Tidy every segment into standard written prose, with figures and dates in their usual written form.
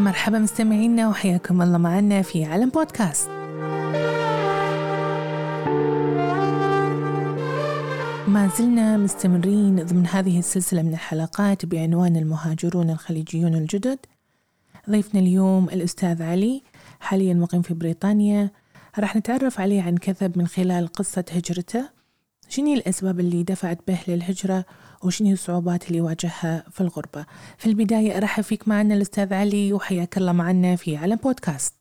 مرحبا مستمعينا وحياكم الله معنا في عالم بودكاست. ما زلنا مستمرين ضمن هذه السلسلة من الحلقات بعنوان المهاجرون الخليجيون الجدد. ضيفنا اليوم الأستاذ علي، حاليا مقيم في بريطانيا. راح نتعرف عليه عن كثب من خلال قصة هجرته، شنو الأسباب اللي دفعت به للهجرة وشنو الصعوبات اللي واجهها في الغربة. في البداية أرحب فيك معنا الأستاذ علي وحياك الله معنا في عالم بودكاست.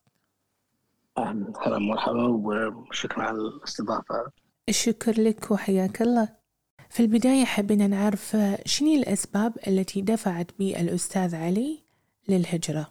أهلا مرحبا وشكرا على الاستضافة. الشكر لك وحياك الله. في البداية حبينا نعرف شنو الأسباب التي دفعت بالأستاذ علي للهجرة.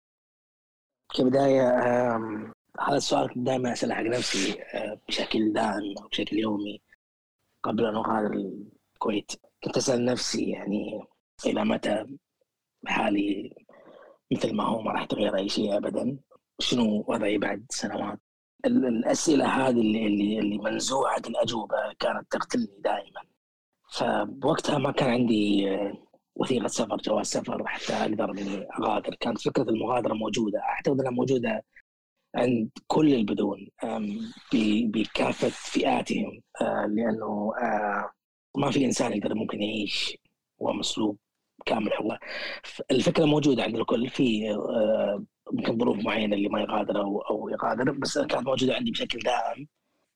كبداية هذا السؤال دائما أسأله حق نفسي بشكل دائم أو بشكل يومي قبل أن أغادر الكويت. كنت أسأل نفسي يعني إلى متى حالي مثل ما هو، ما راح تغير أي شيء أبدا؟ شنو وضعي بعد سنوات؟ الأسئلة هذه اللي منزوعة الأجوبة كانت تقتلني دائما. فبوقتها ما كان عندي وثيقة سفر، جواز سفر حتى أقدر إني أغادر. كانت فكرة المغادرة موجودة، أعتقد أنها موجودة عند كل البدون بكافة فئاتهم، لأنه ما في إنسان يقدر ممكن يعيش ومسلوب كامل حقوقه. الفكرة موجودة عند الكل، في ممكن ظروف معينة اللي ما يغادر أو يغادر، بس كانت موجودة عندي بشكل دائم.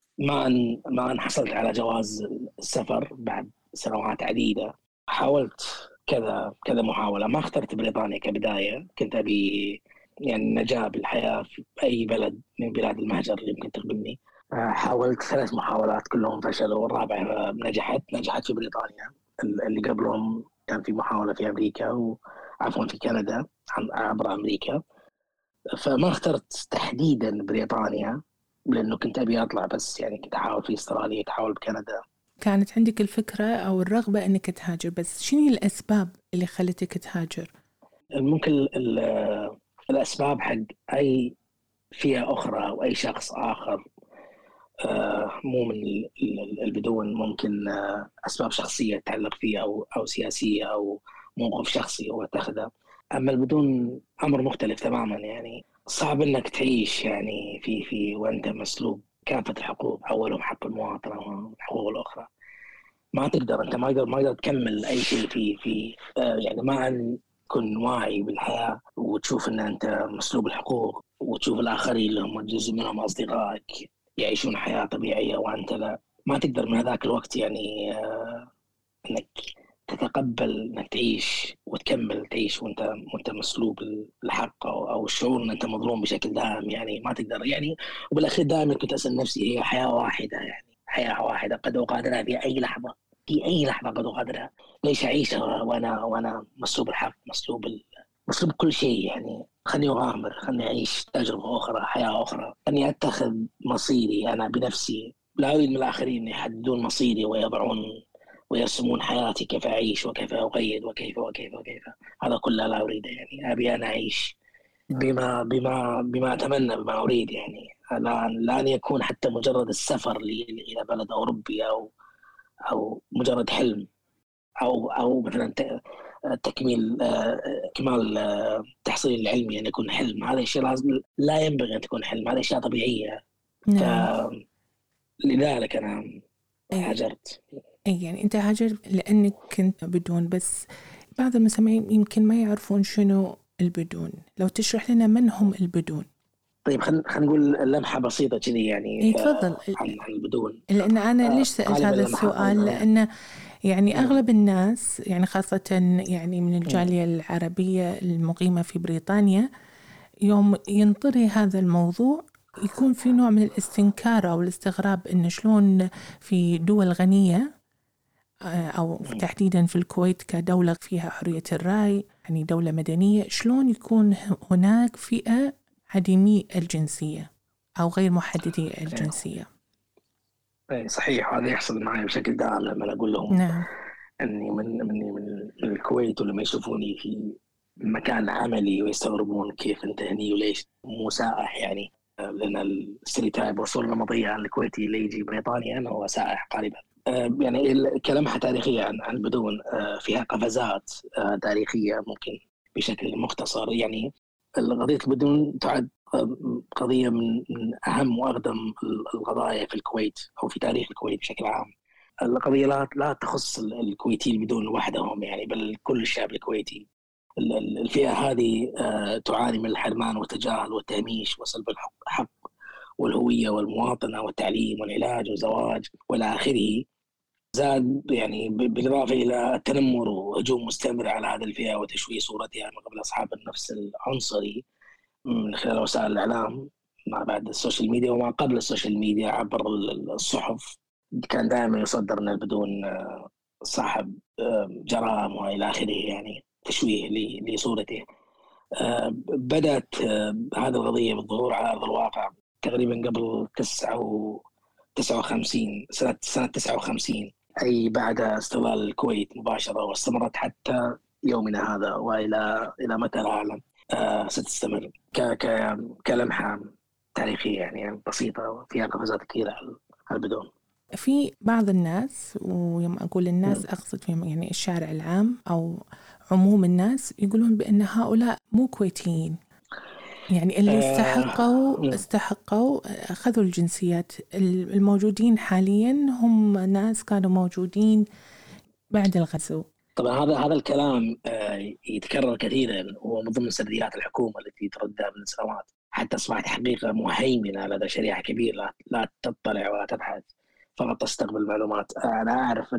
ما أن حصلت على جواز السفر بعد سنوات عديدة. حاولت كذا محاولة، ما اخترت بريطانيا كبداية. كنت أبي يعني نجاة بالحياة في أي بلد من بلاد المهجر اللي يمكن تقبلني. حاولت 3 محاولات كلهم فشلوا، والرابعة نجحت في بريطانيا. اللي قبلهم كان في محاولة في أمريكا وعفوا في كندا عبر أمريكا. فما اخترت تحديدا بريطانيا لأنه كنت أبي أطلع، بس يعني كنت أحاول في أستراليا، أحاول بكندا. كانت عندك الفكرة أو الرغبة أنك تهاجر، بس شنو الأسباب اللي خلتك تهاجر؟ ممكن الأسباب حق أي فئة أخرى أو أي شخص آخر، مو من البدون. ممكن أسباب شخصية تتعلق فيه أو سياسية أو موقف شخصي هو اتخذه. أما البدون أمر مختلف تماما. يعني صعب إنك تعيش يعني في وأنت مسلوب كافة الحقوق، أولهم حق المواطنة والحقوق الأخرى. ما تقدر، أنت ما تقدر تكمل أي شيء في يعني ما أن تكون واعي بالحياة وتشوف أن أنت مسلوب الحقوق، وتشوف الآخرين اللي هم جزء منهم أصدقائك يعيشون حياة طبيعية وأنت لا. ما تقدر من هذاك الوقت يعني أنك تتقبل أنك تعيش وتكمل تعيش وأنت مسلوب الحق أو الشعور أن أنت مظلوم بشكل دائم. يعني ما تقدر يعني. وبالأخير دائما كنت أسأل نفسي، هي حياة واحدة، يعني حياة واحدة قد أغادرها في أي لحظة، في أي لحظة قد أغادرها. ليش أعيشها وأنا مسلوب الحق، مسلوب كل شيء؟ يعني خلني أغامر، خلني أعيش تجربة أخرى، حياة أخرى، خلني أتخذ مصيري أنا بنفسي. لا أريد من الآخرين يحددون مصيري ويرسمون حياتي، كيف أعيش وكيف أقيد وكيف. هذا كله لا أريده. يعني أبي أنا أعيش بما أتمنى، بما أريد. يعني لا أن يكون حتى مجرد السفر إلى بلد أوروبي أو مجرد حلم أو مثلا تكميل كمال التحصيل العلمي أن يكون حلم. هذا الشيء لازم، لا ينبغي أن تكون حلم، هذه أشياء طبيعية. لذلك أنا هاجرت. يعني أنت هاجرت لأنك كنت بدون، بس بعض المستمعين يمكن ما يعرفون شنو البدون. لو تشرح لنا من هم البدون. طيب خلينا نقول لمحة بسيطة كذي يعني تفضل. عن البدون. لأن أنا ليش سألت هذا السؤال؟ لأن يعني أغلب الناس، يعني خاصة يعني من الجالية العربية المقيمة في بريطانيا، يوم ينطري هذا الموضوع يكون في نوع من الاستنكار أو الاستغراب، إن شلون في دول غنية أو تحديدا في الكويت كدولة فيها حرية الرأي، يعني دولة مدنية، شلون يكون هناك فئة عديمي الجنسية أو غير محددي الجنسية. صحيح، هذا يحصل معي بشكل دائم لما أقول لهم نعم. أني من الكويت، ولما يشوفوني في مكان عملي ويستغربون كيف أنت هني وليش مو سائح. يعني لأن الستيريوتايب والصورة النمطية عن الكويتي اللي يجي بريطانيا أنه هو سائح غالبا. يعني كلمحة تاريخية عن البدون، فيها قفزات تاريخية ممكن بشكل مختصر. يعني قضية البدون تعد قضية من أهم وأقدم القضايا في الكويت أو في تاريخ الكويت بشكل عام. القضية لا تخص الكويتيين بدون وحدهم يعني، بل كل الشعب الكويتي. الفئة هذه تعاني من الحرمان والتجاهل والتهميش وسلب الحق والهوية والمواطنة والتعليم والعلاج والزواج والى آخره. زاد يعني بالإضافة إلى التنمر وهجوم مستمر على هذه الفئة وتشويه صورتها من قبل أصحاب النفس العنصري من خلال وسائل الإعلام ما بعد السوشيال ميديا وما قبل السوشيال ميديا عبر الصحف. كان دائما يصدر أن البدون صاحب جرائم وإلى آخره، يعني تشويه لصورته. بدأت هذه القضية بالظهور على أرض الواقع تقريبا قبل 59 سنة 59، أي بعد استقلال الكويت مباشرة، واستمرت حتى يومنا هذا وإلى متى لا أعلم. ستستمر كلمحة تاريخية يعني بسيطة فيها قفزات كثيرة على البدون. في بعض الناس، ويوم أقول الناس أقصد فيهم يعني الشارع العام أو عموم الناس، يقولون بأن هؤلاء مو كويتيين، يعني اللي استحقوا أخذوا الجنسيات. الموجودين حاليا هم ناس كانوا موجودين بعد الغزو. طبعا هذا الكلام يتكرر كثيرا، وهو من ضمن سرديات الحكومة التي تردها من سنوات، حتى أصبحت حقيقة مهيمنة لدى شريحة كبيرة لا تطلع ولا تبحث، فقط تستقبل معلومات. أنا أعرف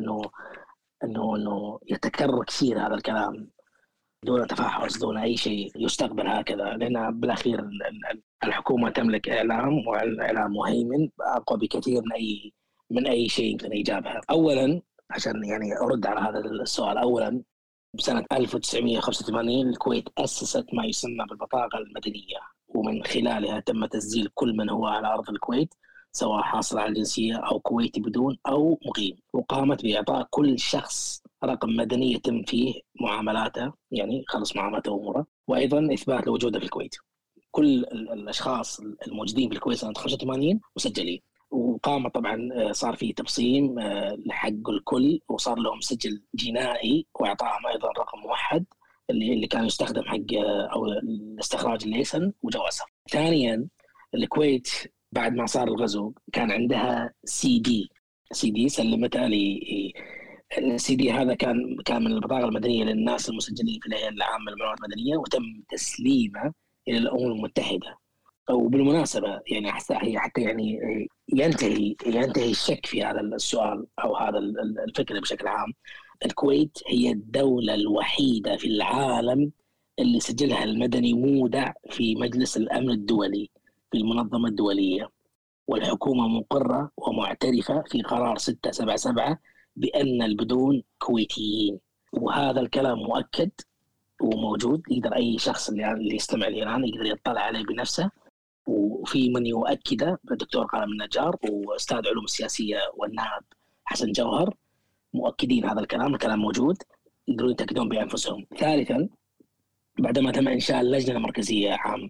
أنه يتكرر كثير هذا الكلام دون تفحص، دون أي شيء، يستقبل هكذا، لأن بالأخير الحكومة تملك إعلام، والإعلام مهيمن أقوى بكثير من أي شيء يمكن إيجابها. أولا عشان يعني أرد على هذا السؤال، أولا بسنة 1985 الكويت أسست ما يسمى بالبطاقة المدنية، ومن خلالها تم تسجيل كل من هو على أرض الكويت سواء حاصل على الجنسية أو كويتي بدون أو مقيم، وقامت بإعطاء كل شخص رقم مدني يتم فيه معاملاته، يعني خلص معاملاته وأموره، وأيضا إثبات لوجوده في الكويت. كل الأشخاص الموجودين في الكويت سنة 85 مسجلين، وقام طبعا صار في تبصيم لحق الكل، وصار لهم سجل جنائي، وإعطاهم أيضا رقم موحد اللي كان يستخدم حق أو الاستخراج الليسن وجوازها. ثانيا الكويت بعد ما صار الغزو كان عندها سي دي سلمتها السي دي. هذا كان من البطاقة المدنية للناس المسجلين في الهيئة العامة للمعلومات المدنية، وتم تسليمه إلى الأمم المتحدة. وبالمناسبة يعني حتى يعني ينتهي الشك في هذا السؤال أو هذا الفكرة بشكل عام. الكويت هي الدولة الوحيدة في العالم اللي سجلها المدني مودع في مجلس الأمن الدولي في المنظمة الدولية، والحكومة مقرة ومعترفة في قرار 677 بأن البدون كويتيين، وهذا الكلام مؤكد وموجود. يقدر أي شخص اللي يستمع لي الآن يقدر يطلع عليه بنفسه، وفي من يؤكده الدكتور قلم النجار وأستاذ علوم السياسية والنائب حسن جوهر مؤكدين هذا الكلام موجود، يقدرون يتأكدون بأنفسهم. ثالثا بعدما تم إنشاء اللجنة المركزية عام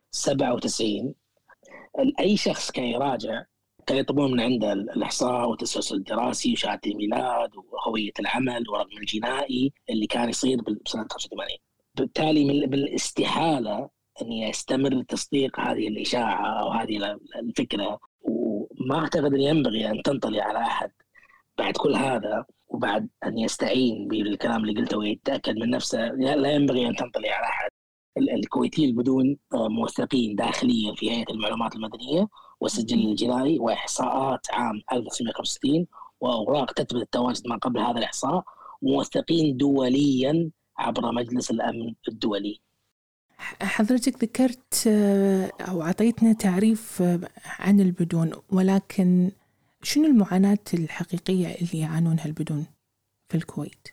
97 أي شخص كان يراجع كان يطلبون من عنده الإحصاء والتسلسل الدراسي وشهادة الميلاد وهوية العمل ورقم الجنائي اللي كان يصير بسنة 85. بالتالي بالاستحالة أن يستمر تصديق هذه الإشاعة أو هذه الفكرة، وما أعتقد أن ينبغي أن تنطلي على أحد بعد كل هذا، وبعد أن يستعين بالكلام اللي قلته ويتأكد من نفسه. لا ينبغي أن تنطلي على أحد. الكويتيين بدون موثقين داخليا في هيئة المعلومات المدنية والسجل الجنائي وإحصاءات عام 1965 وأوراق تثبت التواجد ما قبل هذا الإحصاء، موثقين دوليا عبر مجلس الأمن الدولي. حضرتك ذكرت أو أعطيتنا تعريف عن البدون، ولكن شنو المعاناة الحقيقية اللي يعانونها البدون في الكويت؟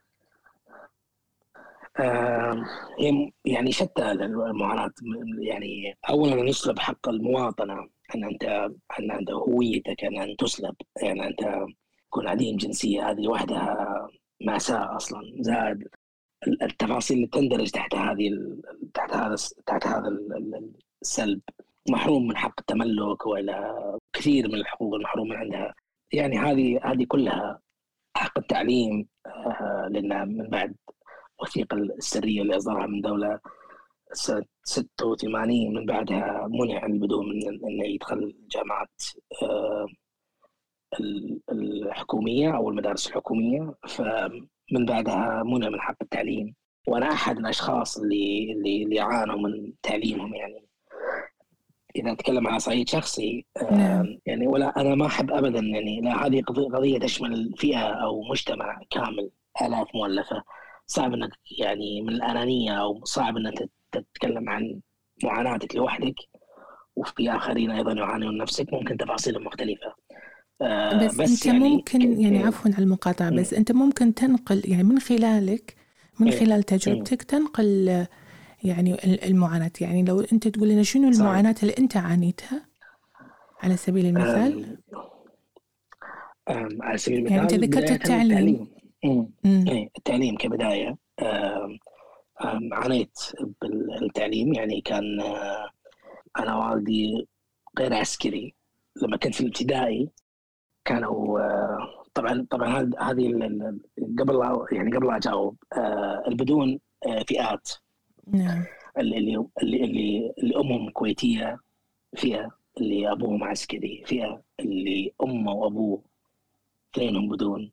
يعني شتى المعاناة. يعني أولا يسلب حق المواطنة، أن أنت هويتك أن تسلب، يعني أنت تكون عديم جنسية، هذه وحدها مأساة أصلا. زاد التفاصيل اللي تندرج تحت هذا السلب، محروم من حق التملك وإلى كثير من الحقوق المحروم من عندها. يعني هذه كلها حق التعليم، لأن من بعد وثيقة السرية اللي أصدرها من دولة سنة 86 من بعدها منع البدو من أنه يدخل جامعات الحكومية أو المدارس الحكومية، فمن بعدها منع من حق التعليم. وأنا أحد الأشخاص اللي يعانوا من تعليمهم. يعني إذا أتكلم على صعيد شخصي يعني ولا أنا ما أحب أبدا، يعني لا، هذه قضية تشمل فئة أو مجتمع كامل آلاف مؤلفة. صعب أنك يعني من الأنانية، أو صعب أنك تتكلم عن معاناتك لوحدك وفي آخرين أيضا يعانون نفسك، ممكن تفاصيل مختلفة. بس أنت يعني ممكن يعني عفوا على المقاطعة، بس أنت ممكن تنقل يعني من خلالك، من خلال تجربتك تنقل يعني المعاناة. يعني لو أنت تقول لنا شنو المعاناة اللي أنت عانيتها على سبيل المثال. على سبيل المثال يعني أنت ذكرت التعليم. التعليم كبداية. عانيت بالتعليم. يعني كان أنا والدي غير عسكري. لما كنت في الابتدائي كانوا طبعا هذه قبل أجاوب، البدون فئات. نعم. اللي أمهم كويتية فئة، اللي أبوهم عسكري فئة، اللي أمه وأبوه اثنينهم بدون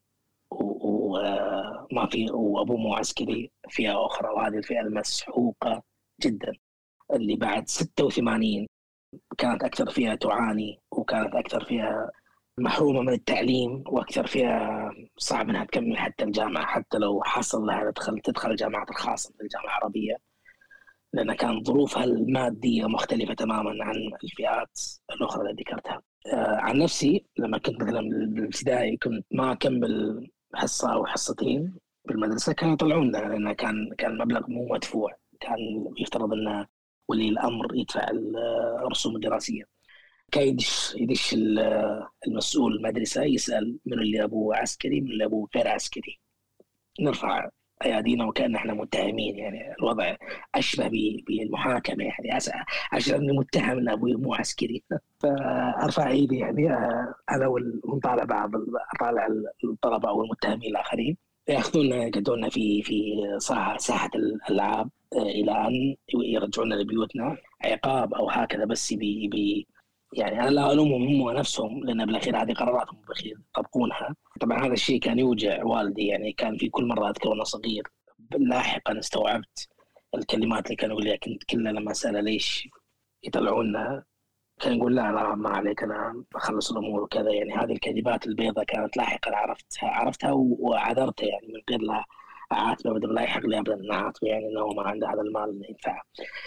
وما في وأبوه مو عسكري فئة أخرى. وهذه الفئة المسحوقة جدا اللي بعد 86 كانت أكثر فئة تعاني، وكانت أكثر فئة محرومة من التعليم، وأكثر فئة صعب أنها تكمل حتى الجامعة، حتى لو حصل لها تدخل الجامعات الخاصة مثل الجامعة العربية، لأن كانت ظروفها المادية مختلفة تماما عن الفئات الأخرى اللي ذكرتها. عن نفسي لما كنت مثلا بالابتدائي كنت ما أكمل حصة أو حصتين بالمدرسة، كانوا يطلعونا لأن كان مبلغ مو مدفوع. كان يفترض أن ولي الأمر يدفع الرسوم الدراسية. كان يدش المسؤول المدرسة يسأل من اللي أبوه عسكري من اللي أبوه غير عسكري، نرفع أيادينا وكأن احنا متهمين. يعني الوضع أشبه بالمحاكمة، يعني أشبه أني متهم أن أبوي مو عسكري. فأرفع إيدي يعني أنا ونطالع بعض، أطالع الطلبة أو المتهمين الآخرين، يأخذونا يقعدونا في ساحة الألعاب إلى أن يرجعونا لبيوتنا عقاب أو هكذا. بس يعني أنا لا ألومهم هم نفسهم، لأن بالأخير هذه قراراتهم بالأخير يطبقونها. طبعا هذا الشيء كان يوجع والدي، يعني كان في كل مرة أذكر وأنا صغير. لاحقا استوعبت الكلمات اللي كان يقول لي، كنت كلها لما أسأله ليش يطلعونا كان يقول لا ما عليك، أنا أخلص الأمور وكذا. يعني هذه الكذبات البيضة كانت لاحقا عرفتها وعذرته، يعني من غير لا أعاتبه، بدل لا يحق لي أبدا أن أعاتبه، يعني أنه ما عنده هذا المال أنه يدفعه.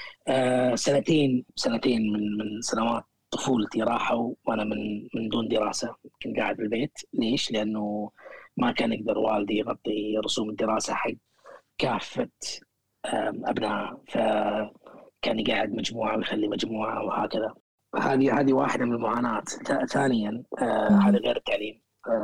سنتين من سنوات طفولتي راحوا وانا من دون دراسه، كنت قاعد بالبيت. ليش؟ لانه ما كان يقدر والدي يغطي رسوم الدراسه حق كافه ابناء، فكان يقعد مجموعه ويخلي مجموعه وهكذا. هذه واحده من المعاناه. ثانيا هذا غير التعليم.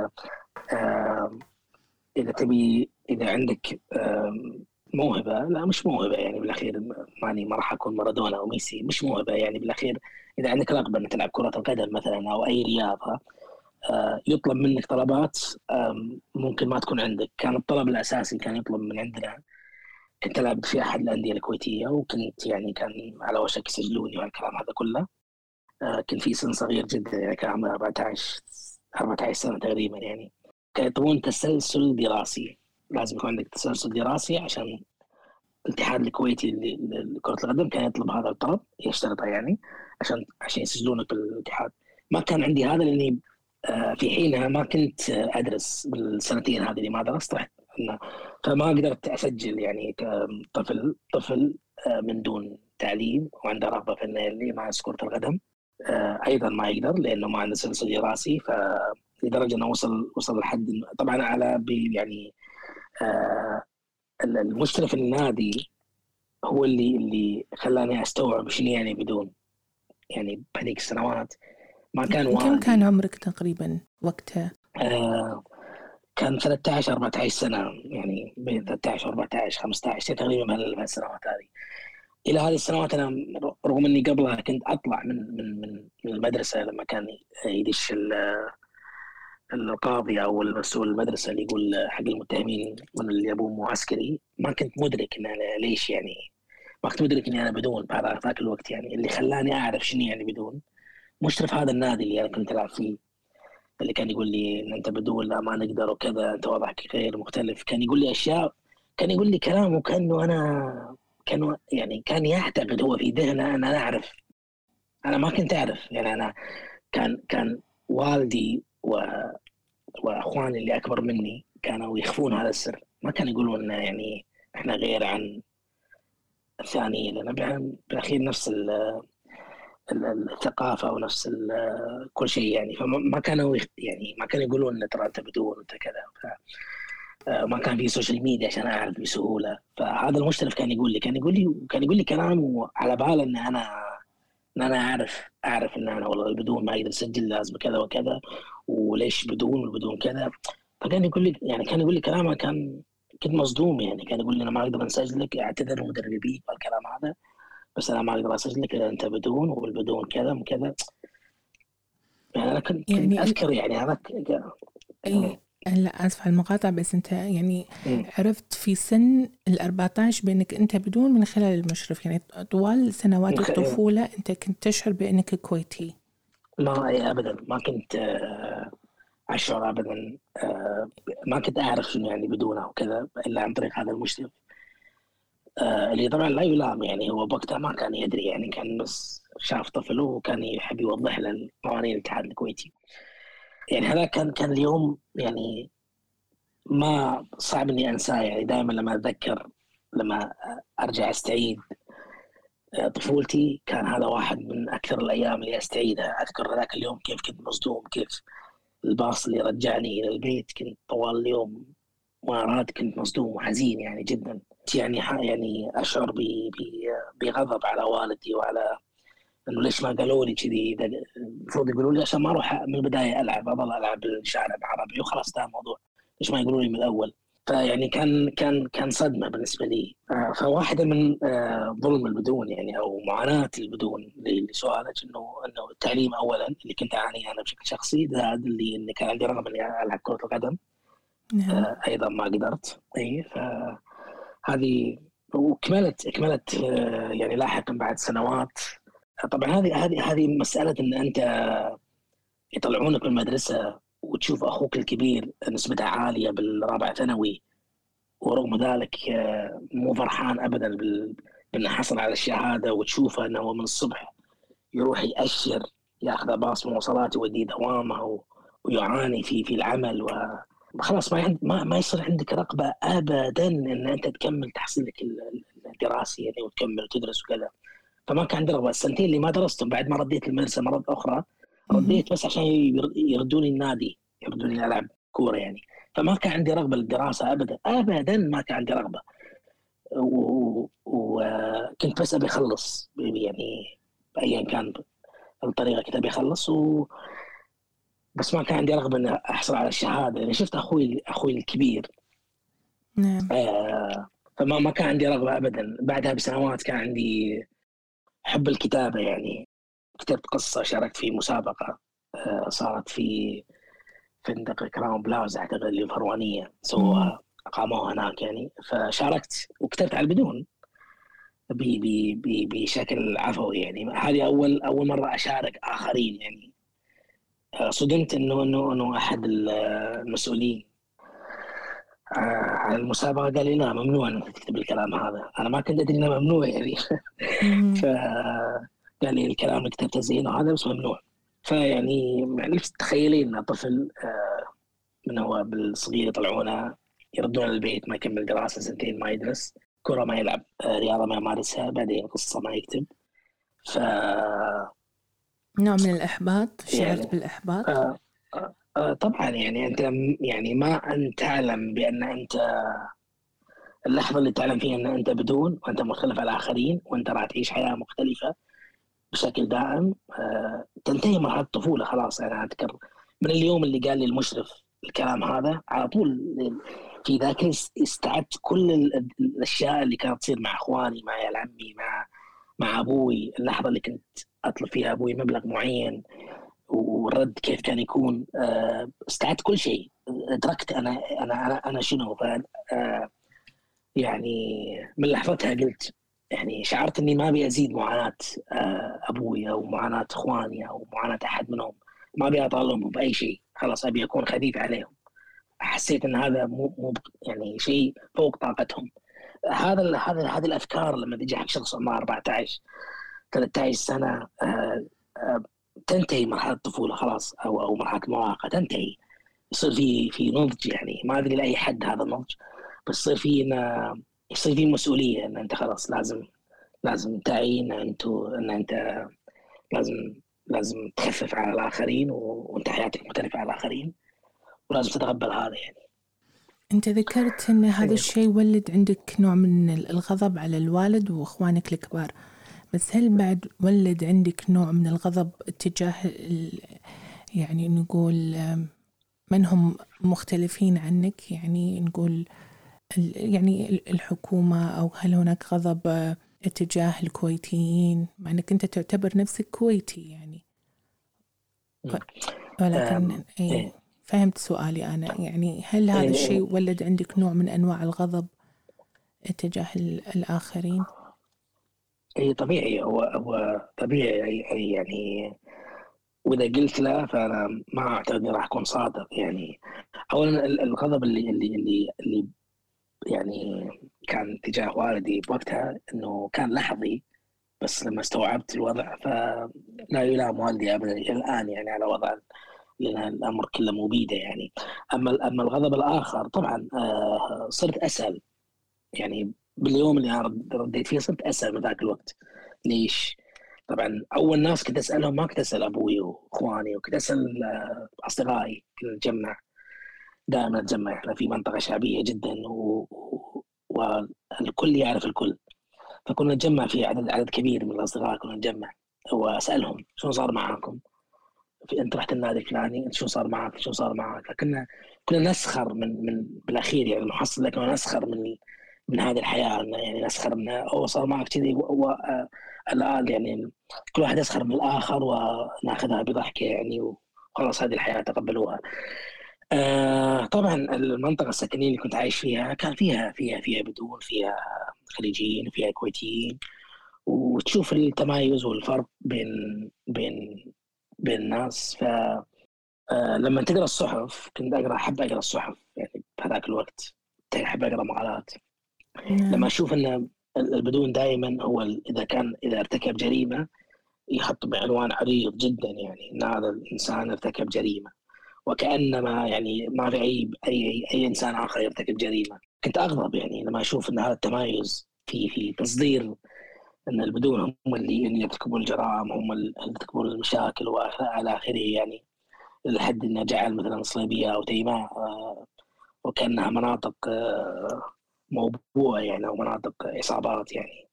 اذا عندك موهبه، لا مش موهبه يعني بالاخير، ما راح اكون مارادونا او ميسي، مش موهبه يعني بالاخير. اذا عندك رغبه انك تلعب كره القدم مثلا او اي رياضه، يطلب منك طلبات ممكن ما تكون عندك. كان الطلب الاساسي كان يطلب من عندنا، كنت العب في احد الانديه الكويتيه، وكنت يعني كان على وشك يسجلوني والكلام هذا كله. كنت في سن صغير جدا، يعني كان عمري 14 سنه تقريبا. يعني كانوا يطلبون تسلسل دراسي، لازم يكون عندك تسلسل دراسي عشان الاتحاد الكويتي لكرة القدم كان يطلب هذا الطلب، يشترطه يعني عشان يسجلونك بالاتحاد. ما كان عندي هذا لاني في حينها ما كنت ادرس بالسنتين هذه اللي ما درست، فما قدرت اسجل يعني كطفل من دون تعليم وعنده رغبه في انه اللي مع كرة القدم. ايضا ما يقدر لانه ما عنده سلسله دراسي، فلدرجه انه وصل لحد طبعا على يعني المشكله في النادي هو اللي خلاني استوعب شنو يعني بدون. يعني بهذيك السنوات ما كان والدي. كم كان عمرك تقريبا وقتها؟ كان 13-14 سنه، يعني بين 13 و14 15 تقريبا بهالسنوات هذه. الى هذه السنوات انا رغم اني قبلها كنت اطلع من المدرسه لما كان يدش القاضي او المسؤول المدرسه اللي يقول حق المتهمين من اللي ابوه مو عسكري، ما كنت مدرك ان أنا ليش يعني ما كنت مدرك اني انا بدون بهذا ذاك الوقت. يعني اللي خلاني اعرف شنو يعني بدون مشرف هذا النادي اللي انا كنت العب فيه، اللي كان يقول لي ان انت بدون لا ما نقدر وكذا، انت وضعك غير مختلف. كان يقول لي اشياء، كان يقول لي كلام وكانه انا كان يعتقد هو في ذهنه ان انا اعرف. انا ما كنت اعرف. يعني انا كان والدي واخواني اللي اكبر مني كانوا يخفون هذا السر، ما كانوا يقولون يعني احنا غير عن الثانيين، لان بالاخير نفس الثقافه ونفس كل شيء يعني. فما كانوا يعني ما كانوا يقولون ان ترى انت بدون انت كذا. ما كان في سوشيال ميديا عشان اعرف بسهوله. فهذا المشرف كان يقول لي كلام على باله ان انا اعرف ان انا والله البدون ما يقدر يسجل، لازم كذا وكذا، وليش بدون والبدون كذا. فكان يقول لي يعني كان يقول لي كلامه كنت مصدوم. يعني كان يقول لي انا ما اقدر اسجلك، اعتذر مدربيك والكلام هذا، بس انا ما اقدر اسجلك اذا انت بدون، والبدون كذا وكذا. يعني انا كنت يعني اذكر يعني هذاك. أي لا آسف على المقاطعة، بس أنت يعني عرفت في سن 14 بأنك أنت بدون من خلال المشرف، يعني طوال سنوات الطفولة أنت كنت تشعر بأنك كويتي؟ ما ابدا ما كنت اشعر ابدا. ما كنت اعرف شنو يعني بدونه وكذا الا عن طريق هذا المشرف، اللي طبعا لا يلام. يعني هو بوقتها ما كان يدري، يعني كان بس شاف طفل وكان يحب يوضح له قوانين الاتحاد الكويتي. يعني هذا كان اليوم يعني ما صعب اني انساه. يعني دائما لما اتذكر، لما ارجع استعيد طفولتي، كان هذا واحد من اكثر الايام اللي استعيدها. اذكر ذاك اليوم كيف كنت مصدوم، كيف الباص اللي رجعني الى البيت كنت طوال اليوم وانا راد كنت مصدوم وحزين يعني جدا. يعني يعني اشعر بغضب على والدي، وعلى انه ليش ما قالوا لي كذي. المفروض يقولوا لي عشان ما اروح من البدايه العب، اظل العب بالشارع مع ربعي وخلاص ده الموضوع. ليش ما يقولوا لي من الاول؟ فيعني كان صدمه بالنسبه لي. فواحده من ظلم البدون يعني او معاناه البدون لسؤالك، انه التعليم اولا اللي كنت اعانيه انا بشكل شخصي، زاد اللي اني كان عندي رغبه اني العب كره القدم. نعم. ايضا ما قدرت. اي فهذه اكملت يعني لاحقا بعد سنوات. طبعا هذه مساله ان انت يطلعونك من المدرسه وتشوف اخوك الكبير نسبته عاليه بالرابع ثانوي، ورغم ذلك مو فرحان ابدا بانه حصل على الشهاده، وتشوفه انه هو من الصبح يروح يأشر، ياخذ باص مواصلات يوديه دوامه، ويعاني في العمل، وخلاص ما يصير عندك رغبه ابدا ان انت تكمل تحصيلك الدراسي يعني وتكمل وتدرس وكذا. فما كان عندي رغبه. السنتين اللي ما درستهم بعد ما رديت المدرسه مره اخرى، رديت بس عشان يردوني النادي، يردوني العب كوره يعني. فما كان عندي رغبه للدراسه ابدا ابدا، ما كان عندي رغبه. وكنت بس ابي اخلص يعني بايا كان الطريقه، كنت ابي اخلص بس ما كان عندي رغبه ان احصل على الشهاده. يعني شفت اخوي الكبير. نعم. فما كان عندي رغبه ابدا. بعدها بسنوات كان عندي حب الكتابه. يعني كتبت قصه، شاركت في مسابقه صارت في فندق كراون بلازا اعتقد اللي الفروانيه سووها، اقاموها هناك يعني. فشاركت وكتبت على البدون بشكل عفوي. يعني هذه اول مره اشارك اخرين. يعني صدمت انه احد المسؤولين على المسابقه قال لي لا، ممنوع انك تكتب الكلام هذا. انا ما كنت ادري انه ممنوع يعني. فقال لي الكلام اللي كتبته زين وهذا بس ممنوع. فيعني نفس تخيلي ان طفل من هو بالصغير يطلعونه يردون البيت، ما يكمل دراسه سنتين، ما يدرس كره، ما يلعب رياضه، ما يمارسها، بعدين قصه ما يكتب. ف نوع من الإحباط، يعني شعرت بالإحباط؟ طبعا يعني انت يعني ما انت تعلم بان انت اللحظه اللي تعلم فيها ان انت بدون، وانت مختلف عن الاخرين، وانت راح تعيش حياه مختلفه بشكل دائم. تنتهي مرحله الطفوله خلاص. انا اذكر من اليوم اللي قال لي المشرف الكلام هذا على طول في ذاك استعدت كل الاشياء اللي كانت تصير مع اخواني، مع عيال عمي، مع ابوي. اللحظه اللي كنت اطلب فيها ابوي مبلغ معين والرد كيف كان يكون، استعدت كل شيء. ادركت انا شنو. يعني من لحظتها قلت يعني شعرت اني ما ابي ازيد معاناه ابوي او معاناه اخواني او معاناه احد منهم، ما ابي اطالبهم باي شيء، خلاص ابي اكون خفيف عليهم. حسيت ان هذا مو يعني شيء فوق طاقتهم. هذه الافكار لما تجي حق شخص عمره 14 13 سنه، تنتهي مرحله الطفوله خلاص، او مرحله المراهقه تنتهي، يصير في نضج. يعني ما ادري لاي حد هذا النضج، بس يصير في مسؤوليه ان انت خلاص لازم تعي ان انت لازم تخفف على الاخرين، وانت حياتك مختلفه على الاخرين، ولازم تتقبل هذا. يعني أنت ذكرت أن هذا الشيء ولد عندك نوع من الغضب على الوالد وإخوانك الكبار، بس هل بعد ولد عندك نوع من الغضب اتجاه يعني نقول من هم مختلفين عنك، يعني نقول يعني الحكومة، أو هل هناك غضب اتجاه الكويتيين مع أنك أنت تعتبر نفسك كويتي يعني؟ ولكن فهمت سؤالي أنا، يعني هل هذا الشيء ولد عندك نوع من أنواع الغضب اتجاه الآخرين؟ طبيعي، هو طبيعي يعني. وإذا قلت لا فأنا ما أعتقد إني راح أكون صادق. يعني أولا الغضب اللي يعني كان تجاه والدي بوقتها إنه كان لحظي، بس لما استوعبت الوضع فلا يلام والدي أبدا إلى الآن يعني على وضع، لأن الأمر كله مبيدة يعني. أما الغضب الآخر طبعا صرت أسأل، يعني باليوم اللي أنا رديت فيه صرت أسأل من ذاك الوقت ليش. طبعا أول ناس كنت أسألهم ما كنت أسأل أبوي وإخواني، وكنت أسأل أصدقائي. كنا نتجمع، دائما نتجمع، إحنا في منطقة شعبية جدا والكل يعرف الكل، فكنا نتجمع في عدد كبير من الأصدقاء. كنا نتجمع وأسألهم شو صار معاكم، انت رحت النادي الفلاني، انت شو صار معك، شو صار معك. كنا نسخر من بالاخير يعني المحصله، كنا نسخر من هذه الحياه، يعني نسخر منها. او صار معك كذي الان يعني كل واحد يسخر من الاخر وناخذها بضحكه يعني، وخلاص هذه الحياه تقبلوها. طبعا المنطقه السكنيه اللي كنت عايش فيها كان فيها بدون، فيها خليجيين، فيها كويتيين، وتشوف التمايز والفرق بين الناس. لما تقرا الصحف، كنت احب اقرا الصحف يعني بهذاك الوقت، احب اقرا مقالات. لما اشوف ان البدون دائما هو اذا ارتكب جريمه يحط بعنوان عريض جدا، يعني ان هذا الانسان ارتكب جريمه، وكانما يعني ما في اي انسان اخر يرتكب جريمه. كنت اغضب يعني لما اشوف ان هذا التمايز في تصدير ان البدون هم اللي يرتكبون الجرائم، هم اللي يرتكبون المشاكل والى اخره، يعني لحد انه جعل مثلا صليبيه او تيماء وكانها مناطق موبوءه يعني، او مناطق عصابات يعني.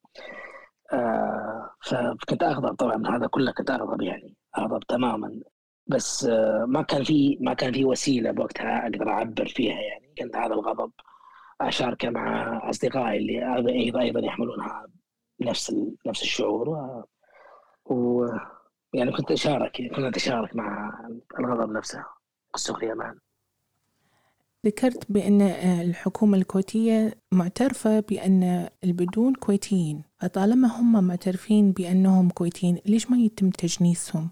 فكنت اغضب طبعا من هذا كله، كنت اغضب يعني اغضب تماما. بس ما كان في وسيله بوقتها اقدر اعبر فيها، يعني كنت هذا الغضب اشاركه مع اصدقائي اللي ايضا يحملونها نفس الشعور، و يعني كنت أتشارك مع الغضب نفسه والسخرية معا. ذكرت بأن الحكومة الكويتية معترفة بأن البدون كويتيين، فطالما هم معترفين بأنهم كويتيين ليش ما يتم تجنيسهم؟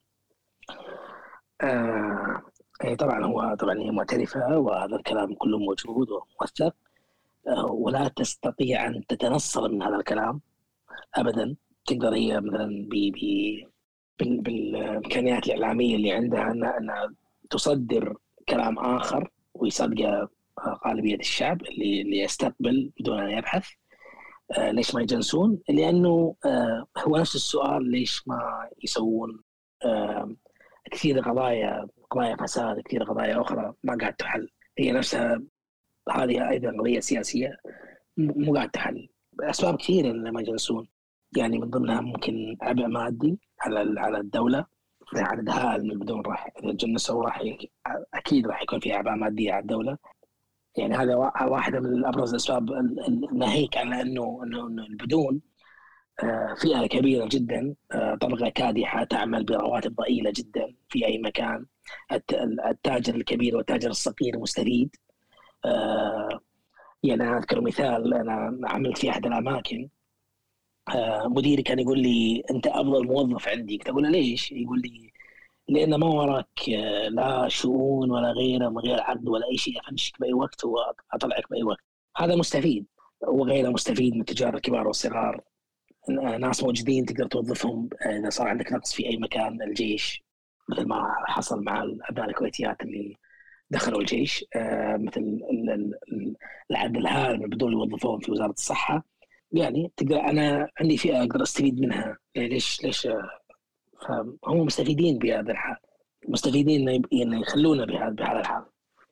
طبعا هي معترفة، وهذا الكلام كله موجود وموثق، ولا تستطيع أن تتنصل من هذا الكلام أبدا. تقدر هي مثلا بالإمكانيات الإعلامية اللي عندها أنها تصدر كلام آخر ويصدق غالبية الشعب اللي يستقبل بدون أن يبحث. ليش ما يجنسون؟ لأنه هو نفس السؤال، ليش ما يسوون كثير قضايا فساد، كثير قضايا أخرى ما قاعد تحل. هي نفسها هذه أيضا قضية سياسية مو قاعد تحل، أسباب كثيرة لما يجنسون. يعني من ضمنها ممكن عبء مادي على الدولة، عدد هائل من البدون راح إذا تجنسوا أكيد راح يكون في أعباء مادية على الدولة. يعني هذا واحدة من أبرز الأسباب الناهيك على إنه البدون فئة كبيرة جدا، طبقة كادحة تعمل برواتب ضئيلة جدا في أي مكان. التاجر الكبير والتاجر الصغير مستفيد. يعني أنا أذكر مثال، أنا عملت في أحد الأماكن مديري كان يقول لي أنت أفضل موظف عندي. كنت أقول له ليش؟ يقول لي لأن ما وراك لا شؤون ولا غيره من غير عقد ولا أي شيء، أفنشك بأي وقت وأطلعك بأي وقت. هذا مستفيد، وغيره مستفيد من التجار الكبار والصغار. ناس موجودين تقدر توظفهم إذا صار عندك نقص في أي مكان. الجيش مثل ما حصل مع الأبناء الكويتيات اللي دخلوا الجيش، مثل العدد الهائل من بدون يوظفوهم في وزارة الصحة. يعني تقدر، أنا عندي فئة أقدر أستفيد منها. ليش فهم مستفيدين بهذا الحال، مستفيدين إنه يخلونا بهذا الحال.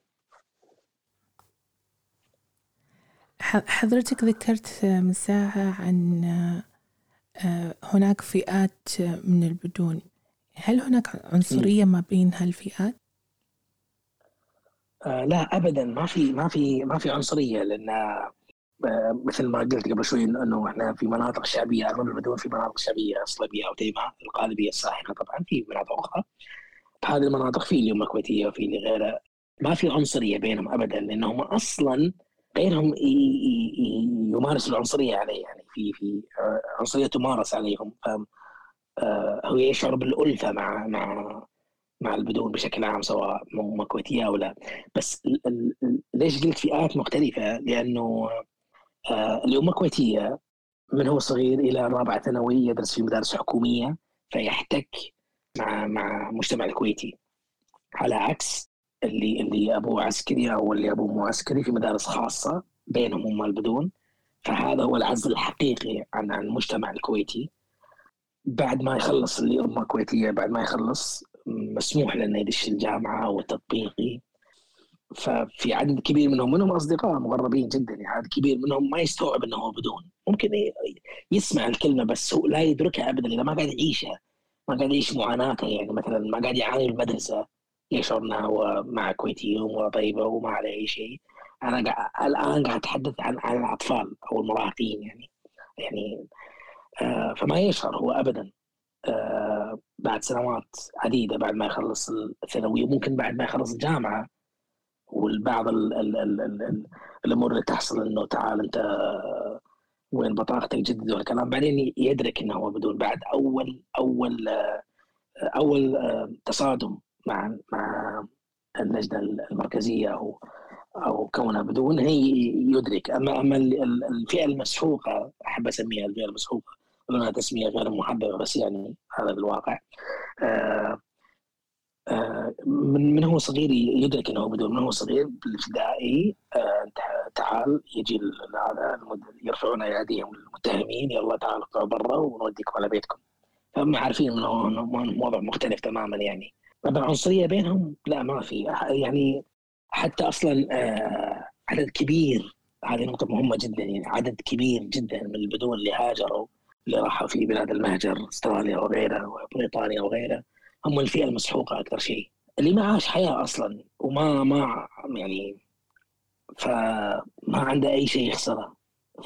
حضرتك ذكرت من ساعة عن هناك فئات من البدون. هل هناك عنصرية ما بين هالفئات؟ لا أبدا، ما في عنصرية. لأن مثل ما قلت قبل شوي انه احنا في مناطق شعبيه، اغلب البدون في مناطق شعبيه صليبيه او تيمه، الغالبيه الساحقه طبعا في مناطق اخرى. هذه المناطق في اللي هم كويتيه وفي اللي غيره، ما في عنصريه بينهم ابدا، لانهم اصلا غيرهم يمارس العنصريه عليه. يعني في عنصريه تمارس عليهم. هو يشعر بالالفه مع البدون بشكل عام، سواء هم كويتيه او لا. بس ليش قلت فئات مختلفه؟ لانه اللي هم كويتيه من هو صغير الى الرابعه ثانوي يدرس في مدارس حكوميه، فيحتك مع المجتمع الكويتي، على عكس اللي ابوه عسكري او اللي ابوه مو عسكري في مدارس خاصه بينهم هم البدون. فهذا هو العزل الحقيقي عن المجتمع الكويتي. بعد ما يخلص اللي امه كويتيه، بعد ما يخلص مسموح له انه يدش الجامعه والتطبيقي. ففي عدد كبير منهم اصدقاء مغربين جدا. يعني عدد كبير منهم ما يستوعب انه هو بدون، ممكن يسمع الكلمه بس هو لا يدركها ابدا اذا ما قاعد يعيشها، ما قاعد يعيش معاناتها. يعني مثلا ما قاعد يعاني المدرسه، يشعر انه هو مع كويتي واموره طيبه وما عليه اي شيء. انا الان قاعد اتحدث عن الاطفال او المراهقين. يعني فما يشعر هو ابدا بعد سنوات عديده، بعد ما يخلص الثانويه، وممكن بعد ما يخلص الجامعه، والبعض الامور اللي تحصل انه تعال انت وين بطاقتك جدد والكلام، بعدين يدرك انه هو بدون، بعد اول تصادم مع اللجنه المركزيه او كونها بدون، هي يدرك. اما الفئه المسحوقه، احب اسميها الفئه المسحوقه لانها تسميه غير محببه، بس يعني هذا الواقع. من هو صغير يدرك انه بدون، من هو صغير بالابتدائي تعال يجي هذا يرفعون ايديهم المتهمين، يلا تعالوا اطلعوا برا ونوديكم على بيتكم. هم عارفين انه موضوع مختلف تماما. يعني العنصريه بينهم لا، ما في. يعني حتى اصلا عدد كبير، هذه نقطه مهمه جدا، يعني عدد كبير جدا من البدون اللي هاجروا، اللي راحوا في بلاد المهجر، استراليا وغيرها وبريطانيا وغيرها، هم الفئه المسحوقه اكثر شيء، اللي ما عاش حياه اصلا وما يعني فما عنده اي شيء يخسره.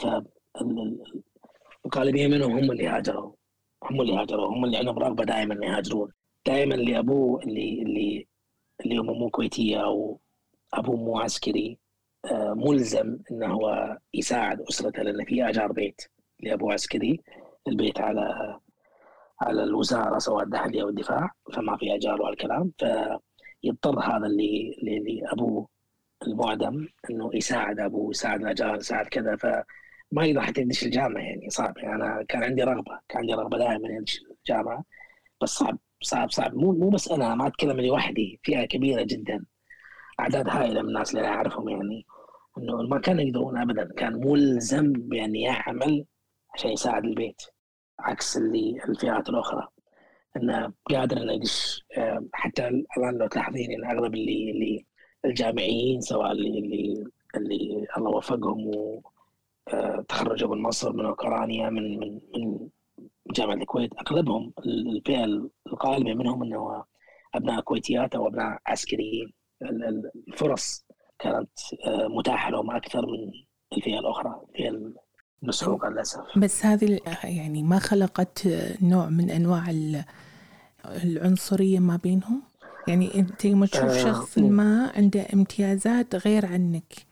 فالغالبيه منهم هم اللي هاجروا، هم اللي عندهم رغبه دائما يهاجرون. دائما اللي ابوه اللي امه مو كويتيه او ابوه مو عسكري ملزم انه هو يساعد اسرته، لان في اجار بيت لابوه عسكري، البيت على الوزاره سواء الداخليه او الدفاع، فما في اجار والكلام. فيضطر هذا اللي ابوه المعدم انه يساعد ابوه، يساعد الاجار، يساعد كذا. فما يقدر حتى يدش الجامعه. يعني صعب. يعني انا كان عندي رغبه دائما يدش الجامعه، بس صعب. مو بس انا ما اتكلم لوحدي، فئه كبيره جدا، اعداد هائله من الناس اللي انا اعرفهم، يعني انه ما كانوا يقدرون ابدا، كان ملزم بان يعمل عشان يساعد البيت، عكس الفئات الاخرى انه قادر انه يدش. حتى الان لو تلاحظين ان اغلب اللي الجامعيين، سواء اللي الله وفقهم وتخرجوا من مصر، من اوكرانيا، من جامعه الكويت، اغلبهم الفئه الغالبه منهم انه ابناء كويتيات او ابناء عسكريين. الفرص كانت متاحه لهم اكثر من الفئه الاخرى، الفئه المسحوقه للاسف. بس هذه يعني ما خلقت نوع من انواع العنصريه ما بينهم؟ يعني انت لما تشوف شخص ما عنده امتيازات غير عنك،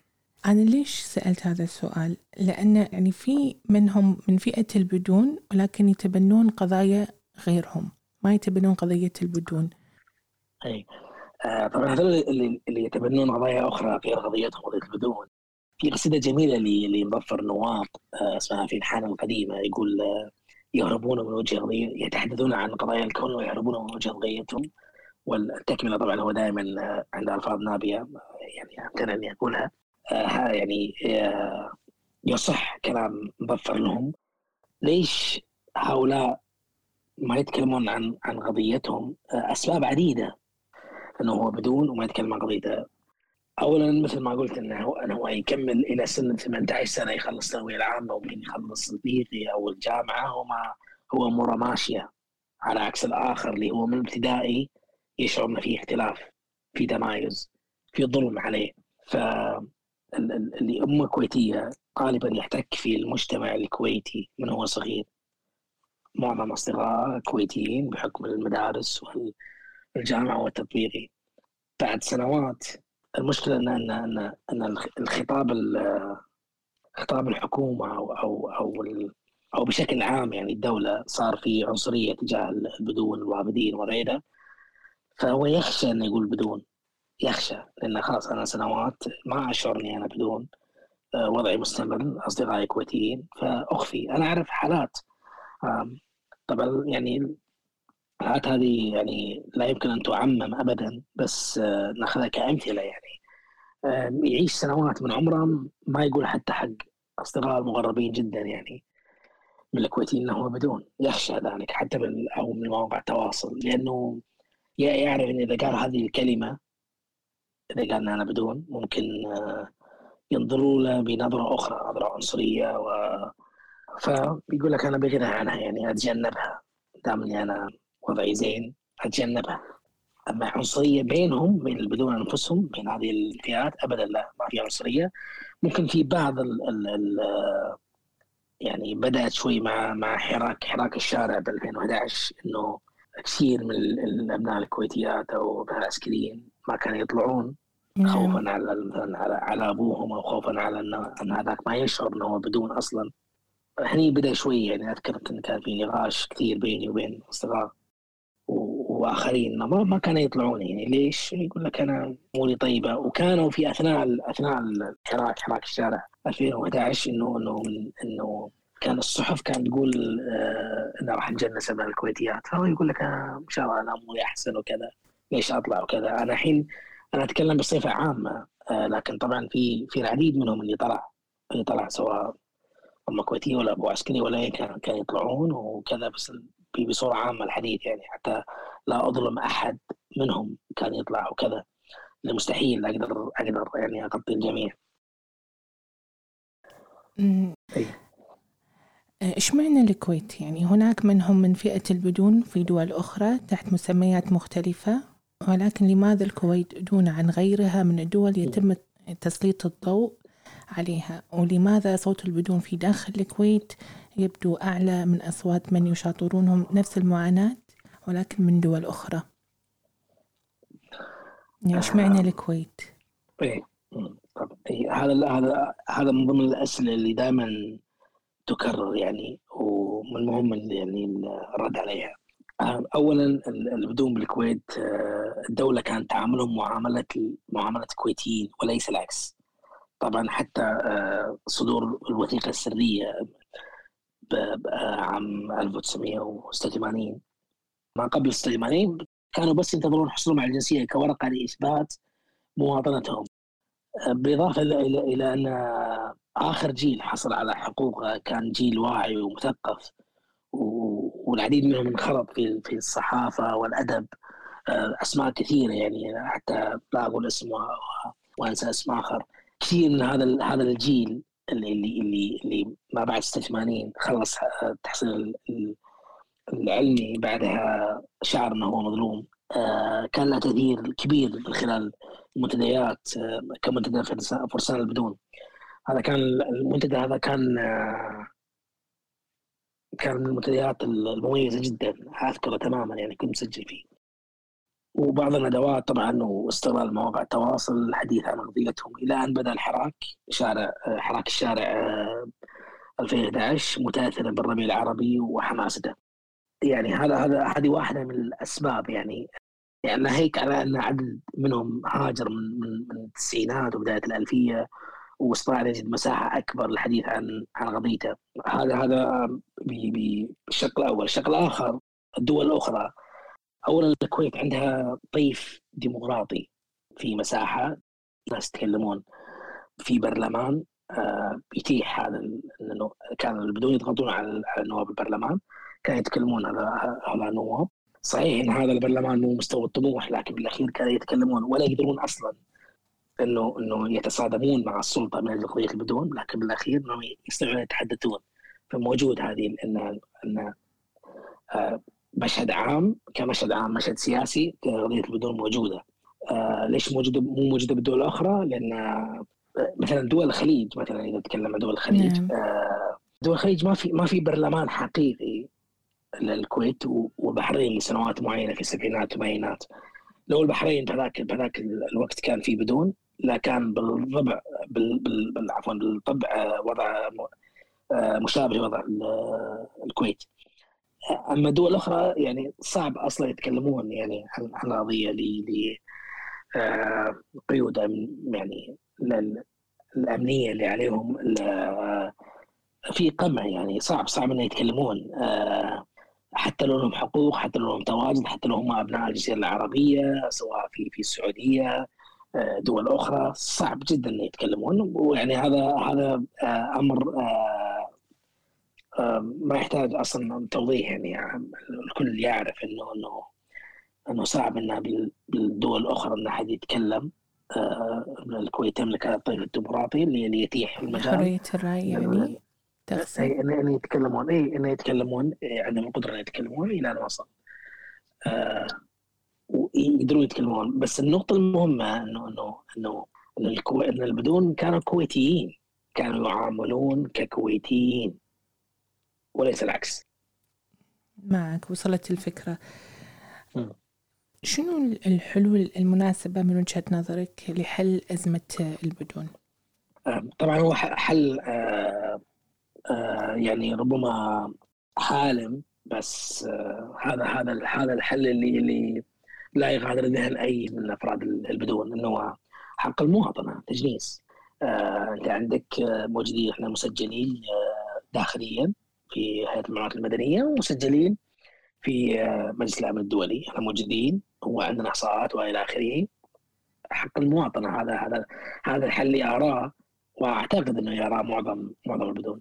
أنا ليش سألت هذا السؤال؟ لأن يعني في منهم من فئة البدون ولكن يتبنون قضايا غيرهم، ما يتبنون قضية البدون. أي طبعا هذول اللي يتبنون قضايا أخرى غير قضيتهم قضية البدون. في قصيدة جميلة لمظفر نواط اسمها في الحانة القديمة، يقول يهربون من وجه قضية، يتحدثون عن قضايا الكون ويهربون من وجه قضيتهم. والتكملة طبعا هو دائما عند ألفاظ نابية، يعني أمكن أن يقولها يعني يصح كلام مظفر لهم. ليش هؤلاء ما يتكلمون عن قضيتهم؟ أسباب عديدة أنه هو بدون وما يتكلم عن قضيته. اولا مثل ما قلت انه هو يكمل الى سن 18 سنه يخلص الثانويه العامه وممكن يخلص البيقي او الجامعه، هو اموره ماشيه، على عكس الاخر اللي هو من ابتدائي يشعر انه في اختلاف، في تمايز، في ظلم عليه. فاللي امه كويتيه غالبا يحتك في المجتمع الكويتي من هو صغير، معظم اصدقائه كويتيين بحكم المدارس والجامعه والتطبيقي. بعد سنوات المشكلة أن خطاب الحكومة أو بشكل عام يعني الدولة صار في عنصرية تجاه البدون الوافدين وغيره. فهو يخشى أن يقول بدون، يخشى لأن خلاص أنا سنوات ما أشعر أني أنا بدون، وضعي مستمر، أصدقائي كويتيين، فأخفي. أنا أعرف حالات طبعا يعني الحالات هذه يعني لا يمكن أن تعمم أبدا، بس نأخذها كأمثلة. يعني يعيش سنوات من عمره ما يقول حتى حق أصدقاء المغربين جدا يعني من الكويتيين أنه بدون، يخشى ذلك حتى أو من مواقع التواصل، لأنه يعرف أن إذا قال هذه الكلمة، إذا قال أن أنا بدون، ممكن ينظروا له بنظرة أخرى، نظرة عنصرية فيقول لك أنا بغنى عنها، يعني أتجنبها دام أني أنا وضعي زين، أتجنبها. أما عنصرية بينهم بين البدون أنفسهم بين هذه الفئات أبدا لا، ما في عنصرية. ممكن في بعض ال يعني بدأت شوي مع حراك الشارع ب 2011، انه كثير من الابناء الكويتيات او العسكريين ما كانوا يطلعون خوفا على ابوهم، او خوفا على ان هذاك ما يشعر انه هو بدون اصلا. هني بدأ شوي، يعني اذكر ان كان في نقاش كثير بيني وبين اصدقاء واخرين ما كانوا يطلعون. يعني ليش؟ يقول لك انا اموري طيبه. وكانوا في اثناء حراك الشارع 2011 انه كان الصحف كانت تقول انه راح نجنس ابناء الكويتيات، فهو يقول لك انا ان شاء الله انا اموري احسن وكذا، ليش اطلع وكذا. انا الحين انا اتكلم بصفه عامه، لكن طبعا في العديد منهم اللي طلع سواء هم كويتيين ولا ابو عسكري ولا اي كان يطلعون وكذا، بس بصوره عامه الحديث يعني حتى لا اظلم احد منهم كان يطلع وكذا، مستحيل اقدر يعني اغطي الجميع. إيش معنى الكويت؟ يعني هناك منهم من فئة البدون في دول أخرى تحت مسميات مختلفة، ولكن لماذا الكويت دون عن غيرها من الدول يتم تسليط الضوء عليها؟ ولماذا صوت البدون في داخل الكويت يبدو أعلى من أصوات من يشاطرونهم نفس المعاناة ولكن من دول أخرى؟ إيش معنى الكويت؟ هذا من ضمن الأسئلة اللي دائما تكرر يعني، ومن المهم يعني الرد عليها. اولا البدون بالكويت الدوله كانت تعاملهم معامله الكويتيين وليس العكس. طبعا حتى صدور الوثيقه السريه عام 1986، ما قبل 86 كانوا بس ينتظرون حصولهم على الجنسيه كورقه لاثبات مواطنتهم، بالاضافه الى ان اخر جيل حصل على حقوقه كان جيل واعي ومثقف، والعديد منهم انخرط في الصحافه والادب، اسماء كثيره يعني حتى لا اقول اسم وانسى اسم اخر. كثير من هذا الجيل اللي ما بعد 86 خلص التحصيل العلمي، بعدها شعر انه هو مظلوم. كان له تأثير كبير من خلال المنتديات كمنتدى فرسان البدون. هذا كان المنتدى، هذا كان من المنتديات المميزة جدا، أذكره تماما يعني كنت مسجل فيه. وبعض الندوات طبعا واستغلال مواقع التواصل الحديث عن قضيتهم، الى ان بدا حراك الشارع 2011 متاثرا بالربيع العربي وحماسته. يعني هذه واحده من الاسباب، يعني ناهيك على ان عدد منهم هاجر من التسعينات وبدايه الالفيه، واستطاع ان يجد مساحه اكبر للحديث عن قضيته. هذا بالشق الاول. الشق الاخر، الدول الاخرى، اولا الكويت عندها طيف ديمقراطي في مساحه، ناس يتكلمون في برلمان يتيح هذا، انه كان بدون يضغطون على نواب البرلمان، كانوا يتكلمون على نواب. صحيح ان هذا البرلمان مو مستوى الطموح، لكن بالاخير كانوا يتكلمون ولا يقدرون اصلا انه يتصادمون مع السلطه من اجل قضيه البدون، لكن بالاخير انهم يستطيعون يتحدثون. فموجود هذه ان مشهد عام كمشهد عام، مشهد سياسي قضيه البدون موجوده. ليش مو موجوده بالدول الاخرى؟ لان مثلا دول الخليج، مثلا اذا نتكلم عن دول الخليج، دول الخليج ما في برلمان حقيقي للكويت والبحرين لسنوات معينه في السبعينات والثمانينات. لو البحرين بهذاك الوقت كان في بدون، لا كان بالطبع وضع مشابه لوضع الكويت. اما دول اخرى يعني صعب اصلا يتكلمون يعني عن قضيه قيود يعني الامنيه اللي عليهم في قمع، يعني صعب انه يتكلمون، حتى لو لهم حقوق، حتى لو لهم تواجد، حتى لو هم ابناء الجزيره العربيه، سواء في السعوديه دول اخرى، صعب جدا ان يتكلمون. ويعني هذا امر ما يحتاج اصلا توضيح، يعني الكل يعرف انه صعب انه بالدول الاخرى ان احد يتكلم. الكويت تملك هذا الطيف الديمقراطي اللي يتيح المجال حرية الرأي، يعني تقصد ان يتكلمون عندهم القدره ان يتكلمون الى ان وصل ويقدرون يتكلمون. بس النقطه المهمه انه ان البدون كانوا كويتيين، كانوا يعاملون ككويتيين وليس العكس. معك، وصلت الفكرة. شنو الحلول المناسبة من وجهة نظرك لحل أزمة البدون؟ طبعا هو حل يعني ربما حالم، بس هذا الحل اللي لا يغادر ذهن اي من افراد البدون، انه حق المواطنه تجنيس. انت عندك موجودين، احنا مسجلين داخليا في هيئه المعلومات المدنيه، ومسجلين في مجلس الامن الدولي، احنا موجودين وعندنا احصاءات والى اخره. حق المواطنه هذا الحل اللي اراه، واعتقد انه يراه معظم البدون.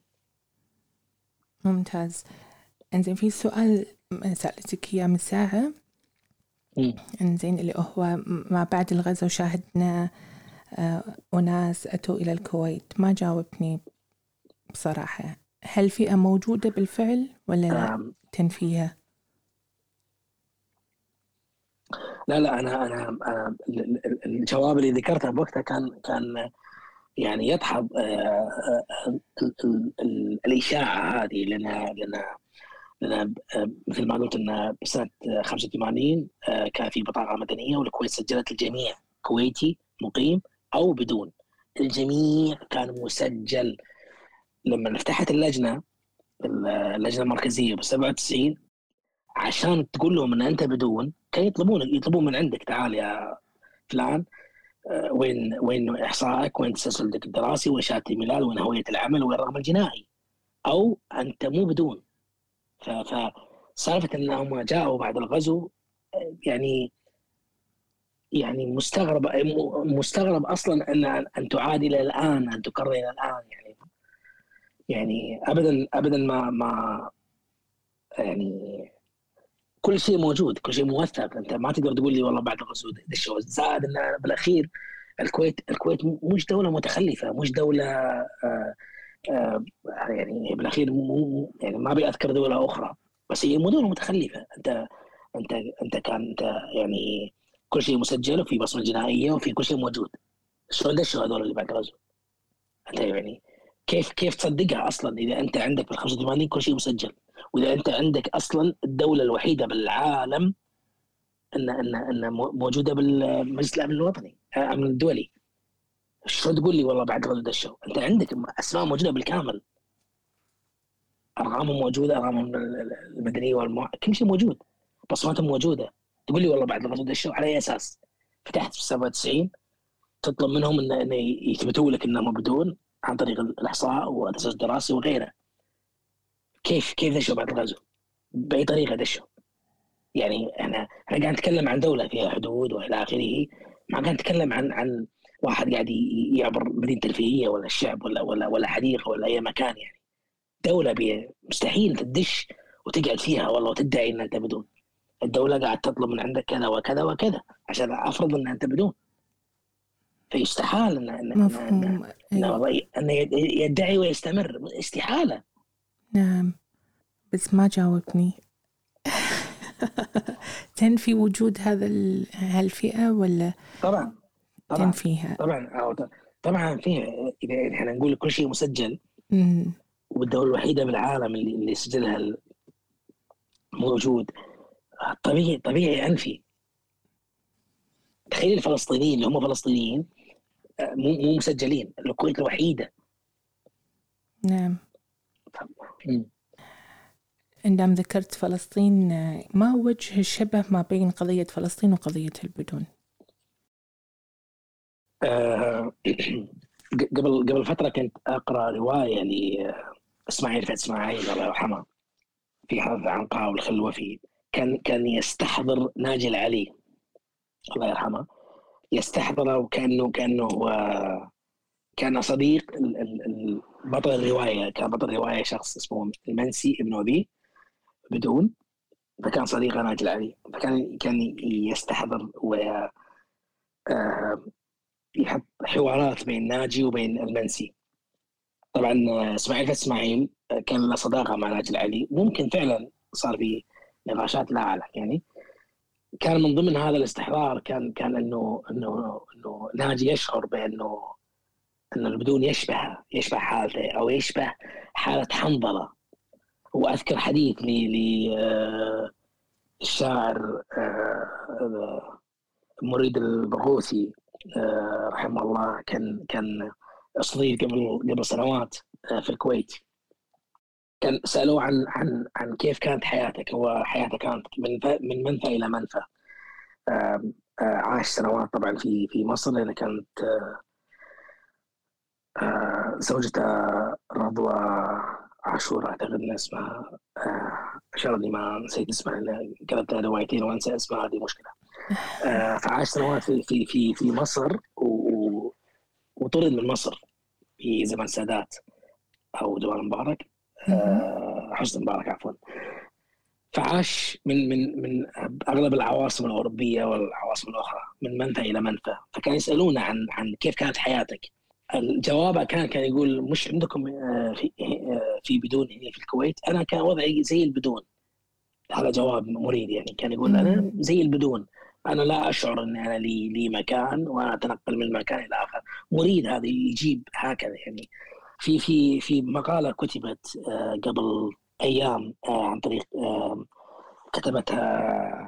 ممتاز. انزين، في سؤال سألتك اياه من ساعة، انزين، اللي هو ما بعد الغزو شاهدنا أناس أتوا إلى الكويت. ما جاوبتني بصراحة، هل فئة موجودة بالفعل ولا لا تنفيها؟ لا أنا الجواب اللي ذكرته بوقتها كان يعني يدحض الإشاعة هذه، لأن مثل ما قلت أن بسنة 85 كان في بطاقة مدنية، والكويت سجلت الجميع كويتي مقيم أو بدون، الجميع كان مسجل. لما فتحت اللجنة المركزية ب97 عشان تقول لهم ان انت بدون، كانوا يطلبون من عندك، تعال يا فلان، وين احصائك، وين تسلسلك الدراسي، وين شهاده الميلاد، وين هويه العمل، وين الرقم الجنائي، او انت مو بدون. فسالفه انهم جاءوا بعد الغزو، يعني مستغرب اصلا ان تعاد الى الان، ان تكرر الى الان، يعني ابدا ما يعني كل شيء موجود، كل شيء موثق. انت ما تقدر تقول لي والله بعد الغزو دشوا. زائد ان بالاخير الكويت مش دوله متخلفه، مش دوله يعني بالاخير يعني ما بيذكر دوله اخرى، بس هي مو دوله متخلفه. انت يعني كل شيء مسجل، وفي بصمه جنائيه، وفي كل شيء موجود. شلون دشوا هذول اللي بعد الغزو؟ انت يعني كيف تصدقها اصلا اذا انت عندك بال 85 كل شيء مسجل، واذا انت عندك اصلا الدوله الوحيده بالعالم ان موجوده بالمجلس الامن الوطني، الامن الدولي. شو تقول لي والله بعد غزو دشوا؟ انت عندك اسماء موجوده بالكامل، ارقامهم موجوده، ارقامهم المدنيه كل شيء موجود، بصماتهم موجوده. تقول لي والله بعد الغزو دشوا على اي اساس؟ فتحت في 97 تطلب منهم ان يثبتوا لك انهم بدون عن طريق الاحصاء والاساس الدراسي وغيره. كيف دشوا بعد الغزو؟ باي طريقه دشوا؟ يعني احنا قاعد نتكلم عن دوله فيها حدود والى اخره، ما قاعد نتكلم عن واحد قاعد يعبر مدينه ترفيهيه ولا الشعب ولا حديقه ولا اي مكان. يعني دوله مستحيل تدش وتقعد فيها والله وتدعي ان انت بدون. الدوله قاعد تطلب من عندك كذا وكذا وكذا عشان افرض ان انت بدون. فاستحال مفهوم. ان يدعي ويستمر، استحاله. نعم، بس ما جاوبني. تنفي وجود هالفئة ولا طبعا تنفيها؟ طبعا فيها. اذا احنا نقول كل شيء مسجل، والدولة الوحيدة بالعالم اللي سجلها موجود، طبيعي أنفي. تخيل الفلسطينيين اللي هم فلسطينيين مو مسجلين، الكويت الوحيدة. نعم. عندما ذكرت فلسطين، ما وجه الشبه ما بين قضية فلسطين وقضية البدون؟ قبل فترة كنت أقرأ رواية لإسماعيل فتحي إسماعيل الله يرحمه، في حرب عنقاء والخلوة فيه. كان يستحضر ناجي العلي الله يرحمه، يستحضره وكأنه كان صديق بطل الرواية. كان بطل الرواية شخص اسمه المنسي ابن أبي بدون، فكان صديق ناجي العلي، فكان يستحضر ويحط حوارات بين ناجي وبين المنسي. طبعا اسماعيل اسماعيل كان له صداقة مع ناجي العلي، ممكن فعلا صار في نقاشات لا أعلم. يعني كان من ضمن هذا الاستحضار كان انه ناجي يشعر بانه البدون يشبه حالته او يشبه حاله حنظله. واذكر حديث للشاعر مريد البرغوثي رحمه الله، كان استضيف قبل سنوات في الكويت. كان سالوه عن كيف كانت حياتك. هو حياته كانت من منفى الى منفى. عاش سنوات طبعا في مصر، لأن كانت زوجته رضوى عاشور أعتقد اسمها، عشان اللي ما نسيت اسمها، قلبت روايتين وأنسى اسمها، هذه مشكلة. فعاش سنوات في مصر وطرد من مصر في زمن السادات أو جمال مبارك، حسني مبارك عفوا. فعاش من اغلب العواصم الاوروبيه والعواصم الاخرى من منفى الى منفى. فكان يسالونه عن كيف كانت حياتك. الجواب كان يقول مش عندكم في بدون هنا في الكويت؟ انا كان وضعي زي البدون. هذا جواب مريد. يعني كان يقول انا زي البدون، انا لا اشعر ان انا لي مكان وانا اتنقل من مكان الى اخر. مريد هذا يجيب هكذا. يعني في مقاله كتبت قبل ايام عن طريق كتبتها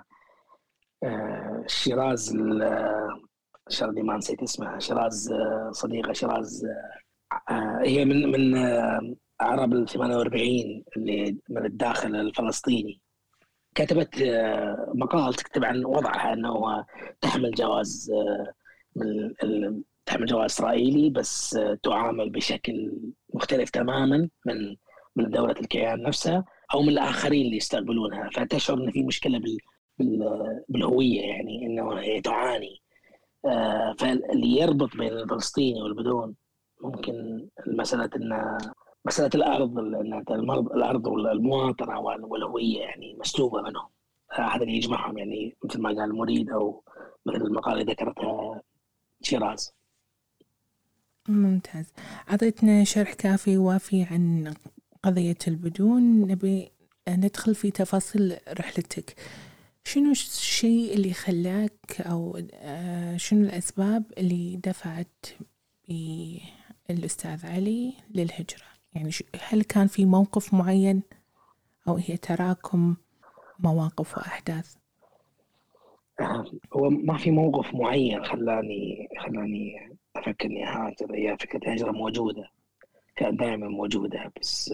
شيراز شردي، ما نسيت اسمها، شيراز صديقه شيراز. هي من اعراب ال 48 اللي من الداخل الفلسطيني. كتبت مقال تكتب عن وضعها انه تحمل جواز تحمل جواز اسرائيلي، بس تعامل بشكل مختلف تماما من دولة الكيان نفسها او من الاخرين اللي يستقبلونها. فتشعر ان في مشكلة بالهوية، يعني انه هي تعاني. فاللي يربط بين الفلسطيني والبدون ممكن مسألة الأرض، الأرض والمواطنة والهوية يعني مسلوبة منهم. هذا اللي يجمعهم، يعني مثل ما قال مريد أو مثل المقالة اللي ذكرتها شيراز. ممتاز، أعطيتنا شرح كافي وافي عن قضية البدون. نبي ندخل في تفاصيل رحلتك. شنو الشيء اللي خلاك أو شنو الأسباب اللي دفعت بالأستاذ علي للهجرة؟ يعني هل كان في موقف معين أو هي تراكم مواقف وأحداث؟ هو ما في موقف معين خلاني أفكر إني أهاجر. هي فكرة الهجرة موجودة، كانت دائما موجودة، بس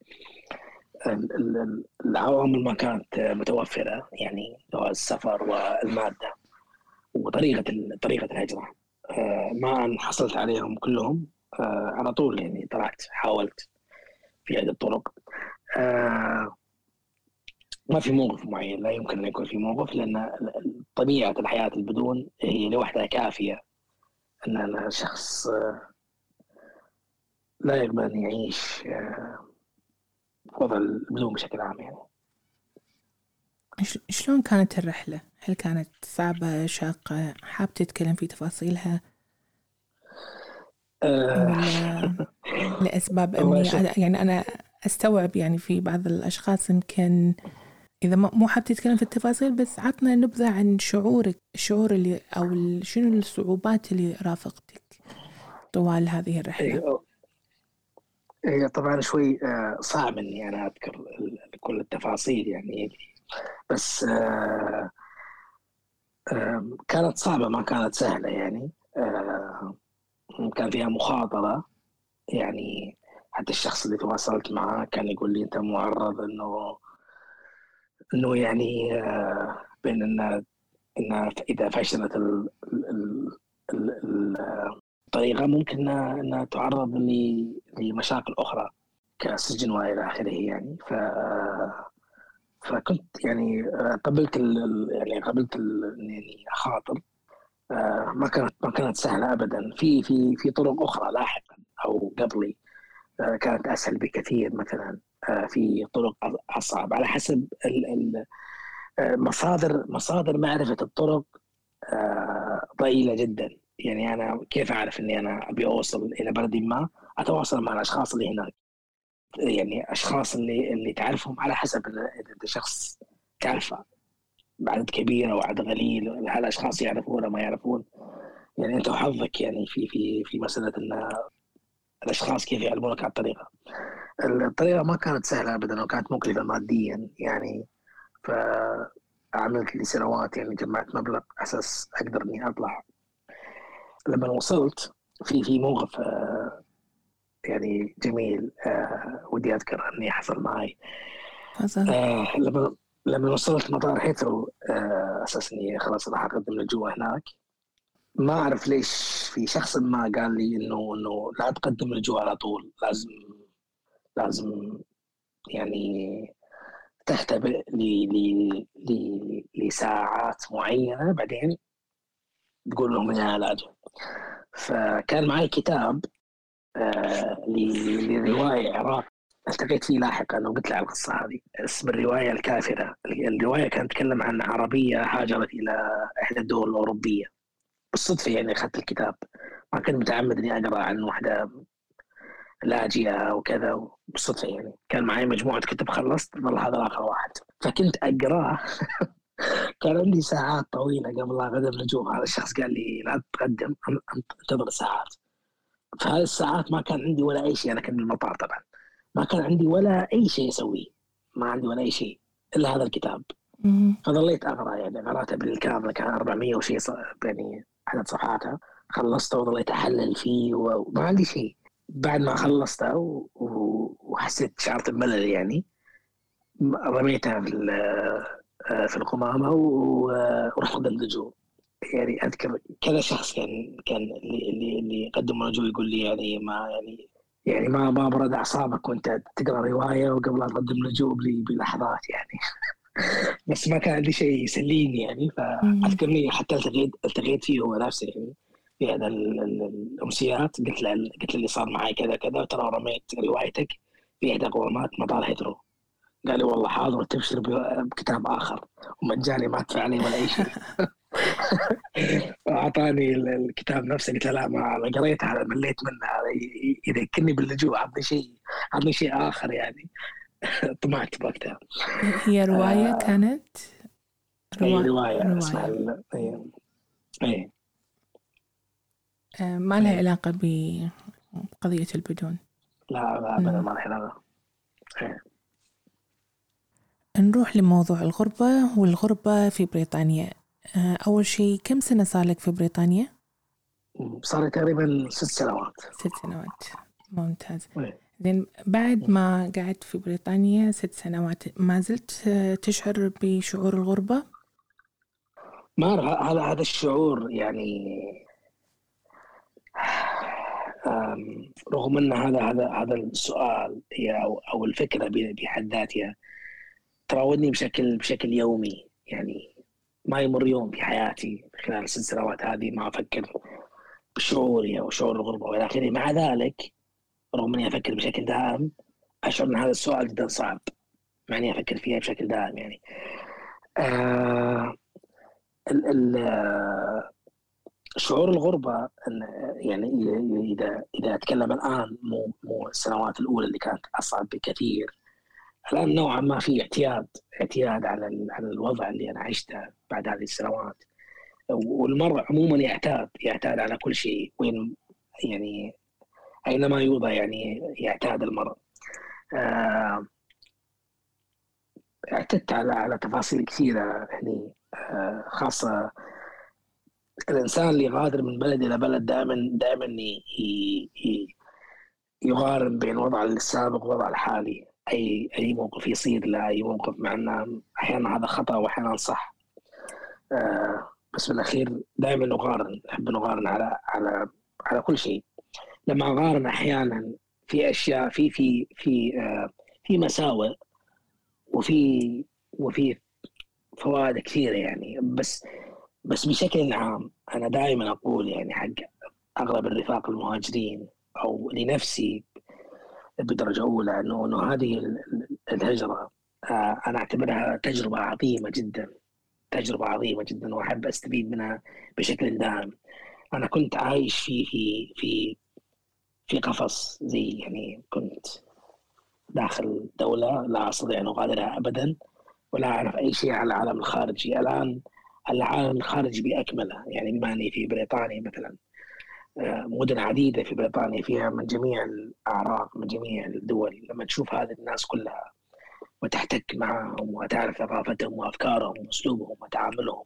العوامل ما كانت متوفرة، يعني اللي هو السفر والمادة وطريقة الهجرة. ما أن حصلت عليهم كلهم على طول، يعني طلعت حاولت في عدة طرق. آه، ما في موقف معين، لا يمكن أن يكون في موقف، لأن طبيعة الحياة البدون هي لوحدها كافية أن أنا شخص لا يقبل أن يعيش وضع البدون بشكل عام يعني. شلون كانت الرحلة؟ هل كانت صعبة، شاقة؟ حاب تتكلم في تفاصيلها ولا لأسباب أمنية؟ يعني أنا أستوعب يعني في بعض الأشخاص يمكن إذا مو حاب تتكلم في التفاصيل، بس عطنا نبذة عن شعورك، الشعور اللي أو شنو الصعوبات اللي رافقتك طوال هذه الرحلة. هي طبعا شوي صعب اني انا اذكر كل التفاصيل يعني، بس كانت صعبة، ما كانت سهلة يعني. كان فيها مخاطرة يعني. حتى الشخص اللي تواصلت معه كان يقول لي انت معرض انه يعني بين ان اذا فشلت الطريقة ممكن انها تعرض لمشاكل اخرى كسجن والى اخره يعني. فكنت يعني قبلت اني اخاطر. ما كانت سهله ابدا. في طرق اخرى لاحقا او قبلي كانت اسهل بكثير. مثلا في طرق اصعب على حسب مصادر معرفه الطرق ضئيله جدا. يعني انا كيف اعرف اني انا ابي اوصل الى بلد ما؟ اتواصل مع الاشخاص اللي هناك، يعني اشخاص اللي تعرفهم على حسب اذا انت شخص تعرفه بعدد كبير او عدد قليل، هل الاشخاص يعرفون ما يعرفون. يعني انت وحظك يعني في مساله ان الاشخاص كيف يعلمونك على الطريقه ما كانت سهله ابدا، وكانت مكلفه ماديا يعني. فعملت لي سنوات يعني، جمعت مبلغ اساس اقدر اني اطلع. لما وصلت في موقف يعني جميل ودي اذكر اني حصل معي. فضل. لما وصلت مطار هيثرو اساس اني خلاص راح اقدم للجوء هناك، ما اعرف ليش في شخص ما قال لي انه لا تقدم للجوء على طول، لازم يعني تختبئ لساعات معينه، بعدين تقول لهم يا علاج. فكان معي كتاب لروايه عراق التقيت فيه لاحقا وقلت له على القصه هذه. اسم الروايه الكافره. الروايه كانت تتكلم عن عربيه هاجرت الى احدى الدول الاوروبيه. بالصدفه يعني اخذت الكتاب، ما كنت متعمد اني اقرا عن واحده لاجئه وكذا. بالصدفه يعني كان معي مجموعه كتب، خلصت ظل هذا اخر واحد فكنت اقراه. كان عندي ساعات طويله قبل لا اقدم لجوء. هذا الشخص قال لي لا تقدم، انتظر ساعات. في هذه الساعات ما كان عندي ولا اي شيء. انا كنت بالمطار طبعا، ما كان عندي ولا اي شيء اسويه، ما عندي ولا اي شيء الا هذا الكتاب. فظليت اقرا يعني، قراته بالكامل، كان 400 وشيء يعني عدد صفحاتها. خلصته وظليت احلل فيه وما عندي شيء. بعد ما خلصته وحسيت شعرت بملل يعني، رميتها في القمامه ورحت قدمت لجوء. يعني اذكر كذا شخص كان اللي قدم رجوع يقول لي يعني ما يعني ما برد اعصابك وانت تقرا روايه وقبل لا تقدم لجوء بلحظات يعني. بس ما كان عندي شيء يسليني يعني. فاذكرني حتى التقيت فيه هو نفسه يعني في هذا الامسيات. قلت له اللي صار معي كذا كذا، وترى رميت روايتك في احدى قوامات مطار هيثرو. قال لي والله حاضر، تبشر بكتاب اخر ومجاني، ما ادفع عليه ولا اي شيء. اعطاني الكتاب نفسه. قلت له لا، ما قريت هذا، مليت منه، هذا يذكرني باللجوء، عطني شيء اخر يعني. طمعت بوقتها. هي رواية كانت هي روايه اسمها اي ما لها علاقة بقضية البدون. لا ابدا ما لها علاقه. نروح لموضوع الغربة والغربة في بريطانيا. أول شيء كم سنة صار لك في بريطانيا؟ صار تقريبا 6 سنوات. 6 سنوات، ممتاز. إيه. زين، بعد ما قعدت في بريطانيا 6 سنوات ما زلت تشعر بشعور الغربة؟ ما أعرف، هذا الشعور يعني رغم ان هذا السؤال هي او الفكره بحد ذاتها تراودني بشكل يومي. يعني ما يمر يوم في حياتي خلال 6 سنوات هذه ما افكر بشعوري او شعور الغربه والى اخره. مع ذلك رغم اني افكر بشكل دائم اشعر ان هذا السؤال جدا صعب، مع اني افكر فيها بشكل دائم. يعني آه ال ال شعور الغربة يعني إذا أتكلم الآن مو السنوات الأولى اللي كانت أصعب بكثير. الآن نوعا ما في اعتياد على الوضع اللي أنا عشته بعد هذه السنوات. والمرء عموما يعتاد على كل شيء، وين يعني أينما يوضع يعني يعتاد المرء. اعتدت على تفاصيل كثيرة يعني، خاصة الإنسان اللي يغادر من بلد إلى بلد دائما يقارن بين وضعه السابق ووضعه الحالي. أي موقف يصير له، أي موقف، مع أنه أحيانا هذا خطأ وأحيانا صح. بس بالأخير دائما نحب نقارن على كل شيء. لما أقارن أحيانا في أشياء في مساوئ وفي فوائد كثيرة يعني. بس بشكل عام أنا دائما أقول يعني حق أغلب الرفاق المهاجرين أو لنفسي بدرجة أولى إنه هذه الهجرة أنا أعتبرها تجربة عظيمة جدا، تجربة عظيمة جدا، وأحب أستفيد منها بشكل دائم. أنا كنت عايش في قفص، زي يعني كنت داخل دولة لا أستطيع أن أغادرها أبدا، ولا أعرف أي شيء عن العالم الخارجي. الآن العالم الخارجي بأكمله، يعني بما أني في بريطانيا مثلا، مدن عديدة في بريطانيا فيها من جميع الأعراق من جميع الدول. لما تشوف هذه الناس كلها وتحتك معهم وتعرف ثقافتهم وأفكارهم وأسلوبهم وتعاملهم،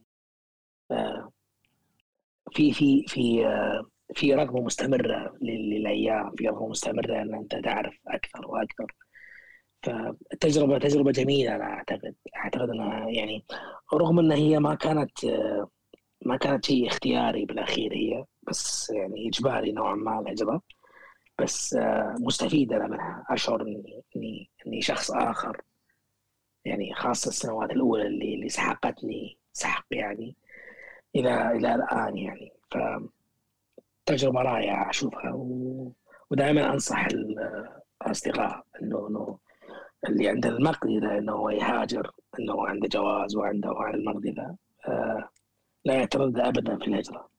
في رغبة مستمرة للأيام، في رغبة مستمرة أن أنت تعرف أكثر وأكثر. فالتجربة تجربة جميلة. أنا أعتقد أنها يعني رغم أن هي ما كانت شيء اختياري بالأخير، هي بس يعني إجباري نوعا ما الهجرة. بس مستفيد أنا منها. أشعر إني شخص آخر يعني، خاصة السنوات الأولى اللي سحقتني سحق يعني إلى الآن يعني. فتجربة رائعة أشوفها، ودائما أنصح الأصدقاء إنه اللي عنده المقدرة إنه هو يهاجر، إنه عنده جواز وعنده المقدرة، لا يتردد أبدا في الهجرة.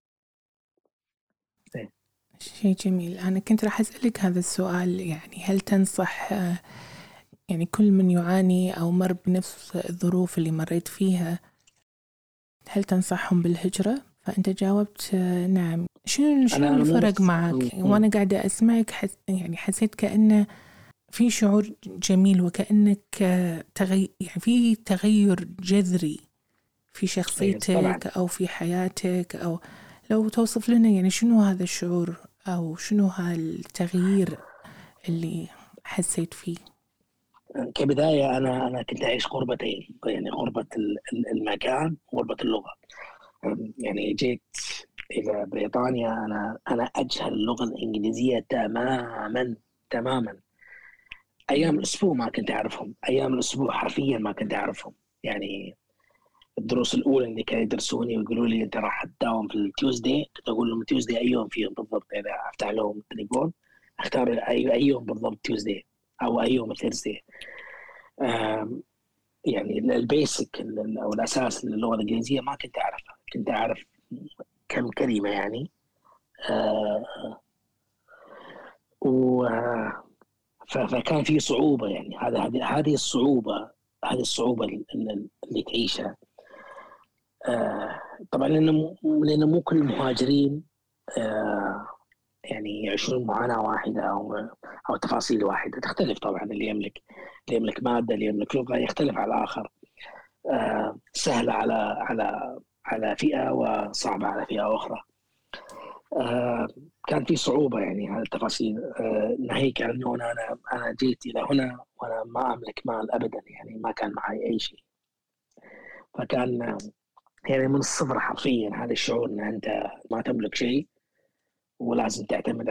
شيء جميل. أنا كنت راح أسألك هذا السؤال، يعني هل تنصح يعني كل من يعاني أو مر بنفس الظروف اللي مريت فيها، هل تنصحهم بالهجرة؟ فأنت جاوبت نعم. شنو الفرق معك؟ وأنا قاعدة أسمعك يعني حسيت كأنه في شعور جميل، وكأنك يعني في تغير جذري في شخصيتك أو في حياتك. أو لو توصف لنا يعني شنو هذا الشعور أو شنو هالتغيير اللي حسيت فيه؟ كبداية أنا كنت أعيش غربتين، يعني غربة المكان وغربة اللغة. يعني جيت إلى بريطانيا أنا أجهل اللغة الإنجليزية تماما تماما. أيام الأسبوع ما كنت أعرفهم، أيام الأسبوع حرفيا ما كنت أعرفهم. يعني الدروس الأولى اللي كانوا يدرسوني ويقولوا لي أنت راح تداوم في التيوزداي، كنت أقول لهم تيوزداي أي يوم فيهم بالضبط؟ إذا أفتح لهم التليفون أختار أي يوم بالضبط، تيوزداي أو أي يوم ثيرزداي. يعني البيسك او الاساس للغه الانجليزيه ما كنت اعرفها. كنت اعرف كم كلمه يعني. و فكان في صعوبه يعني. هذه الصعوبه اللي تعيشها. طبعا لأنه مو كل المهاجرين يعني يعيشون معاناه واحده او تفاصيل واحده، تختلف طبعا. اللي يملك ماده، اللي يملك لغه يختلف على الاخر. سهله على على فئة وصعبة على فئة أخرى. كان في صعوبة يعني على التفاصيل، ناهيك عن أنه أنا جيت إلى هنا وأنا ما أملك مال أبدا، يعني ما كان معي أي شيء. فكان يعني من الصفر حرفيا هذا الشعور أن أنت ما تملك شيء ولازم تعتمد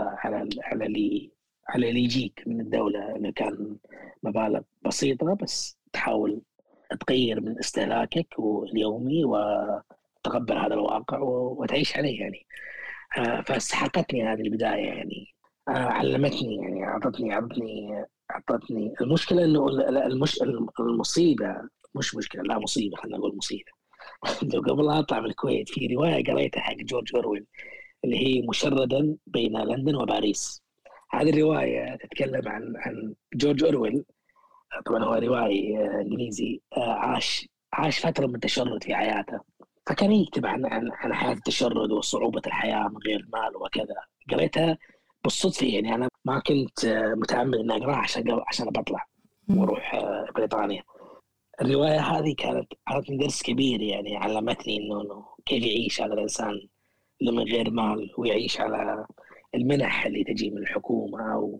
على اللي يجيك من الدولة، اللي كان مبالغ بسيطة بس تحاول تغير من استهلاكك اليومي وتقبل هذا الواقع وتعيش عليه يعني. فاستحقتني هذه البداية يعني. علمتني يعني، أعطتني المشكلة إنه المصيبة مش مشكلة، لا مصيبة، خلينا نقول مصيبة. قبل لا أطلع من الكويت في رواية قريتها حق جورج أورويل اللي هي مشردا بين لندن وباريس. هذه الرواية تتكلم عن جورج أورويل. طبعا هو روائي إنجليزي، عاش فترة من التشرد في حياته، فكان يكتب عن حياة التشرد وصعوبة الحياة من غير مال وكذا. قريتها بالصدفة يعني، أنا ما كنت متأمل إني أقرأها عشان بطلع وأروح بريطانيا. الرواية هذه كانت أعطتني درس كبير يعني، علمتني إنه كيف يعيش هذا الإنسان اللي من غير مال ويعيش على المنح اللي تجي من الحكومة.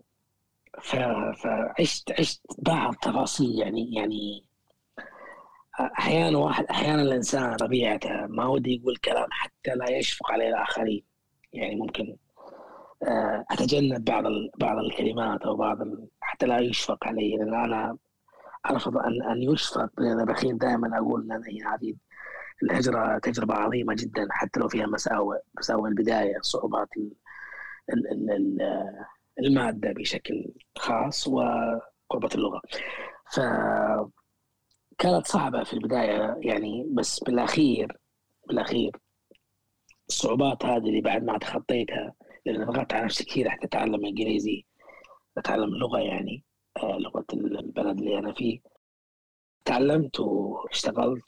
فعشت بعض تفاصيل يعني أحيانا الإنسان طبيعته ما ودي يقول كلام حتى لا يشفق عليه الآخرين. يعني ممكن أتجنب بعض الكلمات أو حتى لا يشفق علي، لأن أنا أرفض أن يشفق، لأن بخيل دائما أقول أن هذه الهجرة تجربة عظيمة جدا، حتى لو فيها مساوئ البداية، صعوبات المادة بشكل خاص وقربة اللغة. فكانت صعبة في البداية يعني، بس بالأخير الصعوبات هذه اللي بعد ما تخطيتها، لأن ضغطت على نفسي كثير حتى أتعلم إنجليزي، أتعلم اللغة يعني، لغة البلد اللي أنا فيه. تعلمت واشتغلت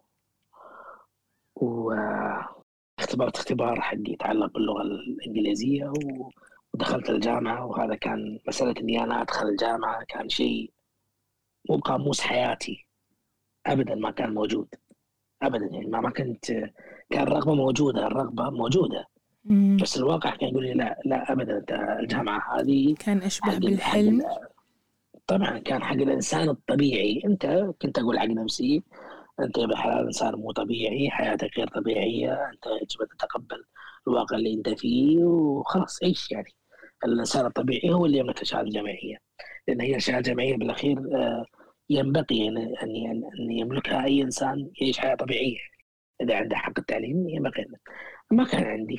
اختبرت اختبار حقي يتعلق باللغة الإنجليزية ودخلت الجامعة. وهذا كان مسألة إني أنا أدخل الجامعة كان شيء مو بقاموس حياتي أبدا، ما كان موجود أبدا يعني. ما كنت، كان الرغبة موجودة بس الواقع كان يقول لي لا أبدا، الجامعة هذه كان أشبه بالحلم. طبعا كان حق الإنسان الطبيعي. أنت كنت أقول حق نفسي أنت يا بالحلال إنسان مو طبيعي، حياتك غير طبيعية، أنت يجب أن تتقبل الواقع اللي أنت فيه وخلاص عيش يعني. الإنسان الطبيعي هو اللي يملك الشهادة الجامعية، لأن هي الشهادة الجامعية بالأخير ينبغي أن يملكها أي إنسان يعيش حياة طبيعية. إذا عنده حق التعليم ينبغي. ما كان عندي،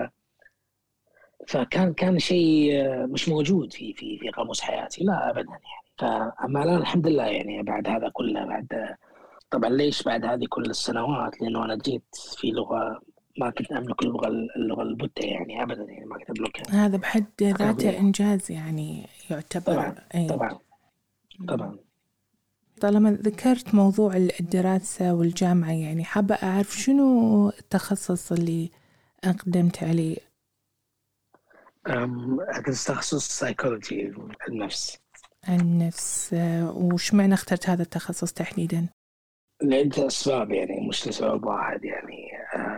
فكان شيء مش موجود في قاموس حياتي، لا أبدا يعني. فأما الآن الحمد لله يعني، بعد هذا كله، طبعا ليش بعد هذه كل السنوات؟ لأنه أنا جيت في لغة ما كنت أملك اللغة البتة يعني أبدا يعني، ما كنت أملكها. هذا بحد ذاته إنجاز يعني يعتبر. طبعا. طالما ذكرت موضوع الدراسة والجامعة، يعني حابة أعرف شنو التخصص اللي أقدمت عليه؟ أكيد تخصص سايكولوجي، النفس. وش معنى اخترت هذا التخصص تحديدا؟ لعدة أسباب يعني، مش لسبب واحد يعني.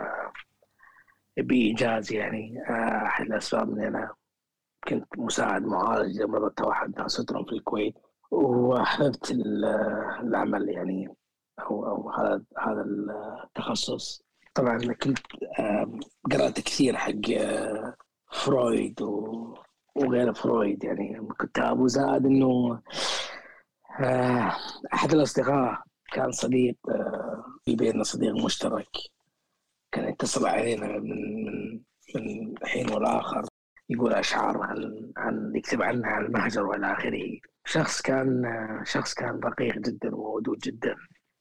بإيجاز يعني. أحد الأسباب إني أنا كنت مساعد معالج لمرضى التوحد ناس سندروم في الكويت، وأحببت العمل يعني، أو هذا التخصص. طبعا كنت قرأت كثير حق فرويد وغير فرويد يعني من كتاب، وزاد إنه أحد الأصدقاء كان صديق، في بيننا صديق مشترك، كان يتصل علينا من حين والآخر يقول أشعار يكتب عنها عن المهجر وإلى آخره. شخص كان رقيق جدا وودود جدا.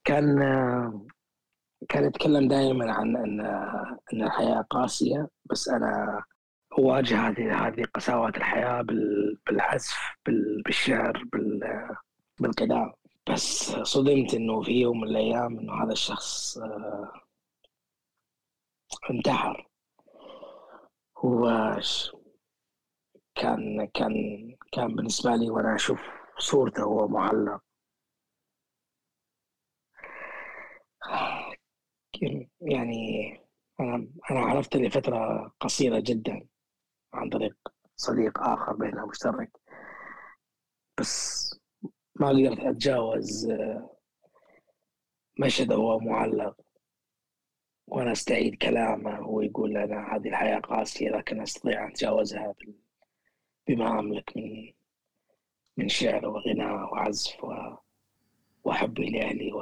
كان يتكلم دائما عن أن الحياة قاسية، بس أنا أواجه هذه قساوات الحياة بالعزف، بالشعر، بالقراءة. بس صدمت إنه في يوم من الأيام إنه هذا الشخص انتحر. هو كان بالنسبة لي وأنا أشوف صورته وهو معلق، يعني أنا عرفت لفترة قصيرة جدا عن طريق صديق آخر بيننا مشترك، بس ما قدرت أتجاوز مشهد هو معلق وأنا أستعيد كلامه، هو يقول أنا هذه الحياة قاسية لكن أستطيع أن أتجاوزها بما أملك من شعر وغناء وعزف وحبي لأهلي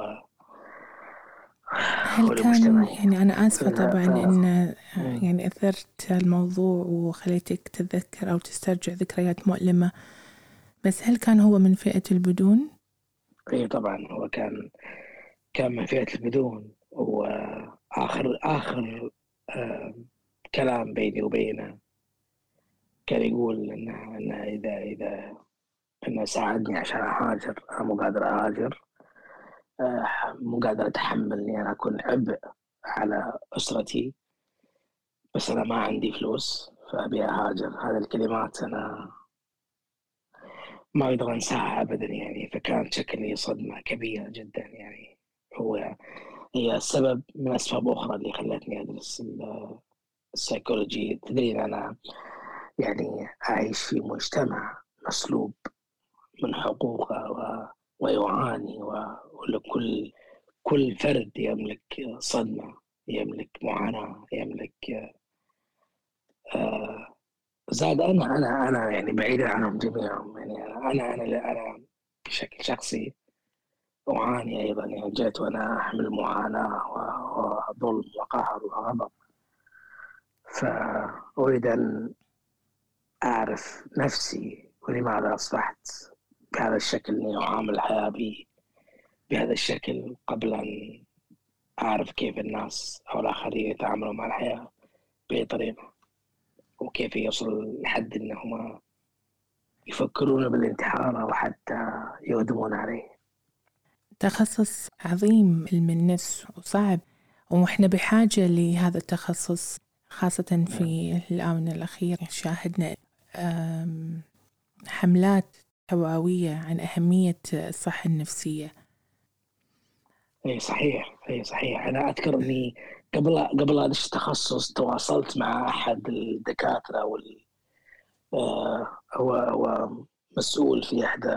هل كان ولمجتمعي. يعني أنا آسفة طبعا إن مم. يعني أثرت الموضوع وخليتك تتذكر أو تسترجع ذكريات مؤلمة، بس هل كان هو من فئة البدون؟ إيه طبعا، هو كان من فئة البدون، وآخر آه كلام بيني وبينه كان يقول إنه إذا إنه ساعدني عشان أهاجر، أنا مو قادر أهاجر، مو قادر أتحمل إني أنا أكون عبء على أسرتي، بس أنا ما عندي فلوس فأبي أهاجر. هذه الكلمات أنا ما أقدر أنساها أبدا يعني، فكانت شكلي صدمة كبيرة جدا يعني. هي السبب من أسباب أخرى اللي خلتني أدرس السيكولوجي. تدري إن أنا يعني أعيش في مجتمع مسلوب من حقوقه ويعاني، كل فرد يملك صدمة، يملك معاناة، يملك آه، زاد. أنا يعني بعيدا عنهم جميعا يعني، أنا بشكل شخصي أعاني أيضا يعني. جيت وأنا أحمل معاناة وظلم وقهر وغضب، فأريد أن أعرف نفسي ولماذا أصبحت بهذا الشكل، إني أعامل الحياة بهذا الشكل قبل أن أعرف كيف الناس أو الآخرين يتعاملوا مع الحياة بأي طريقة، وكيف يصل لحد أنهم يفكرون بالانتحار أو حتى يقدمون عليه. تخصص عظيم علم النفس وصعب، وإحنا بحاجة لهذا التخصص خاصة في الآونة الأخيرة. شاهدنا حملات توعوية عن أهمية الصحة النفسية. اي صحيح. انا اذكر اني قبل ادش التخصص تواصلت مع احد الدكاتره هو مسؤول في احدى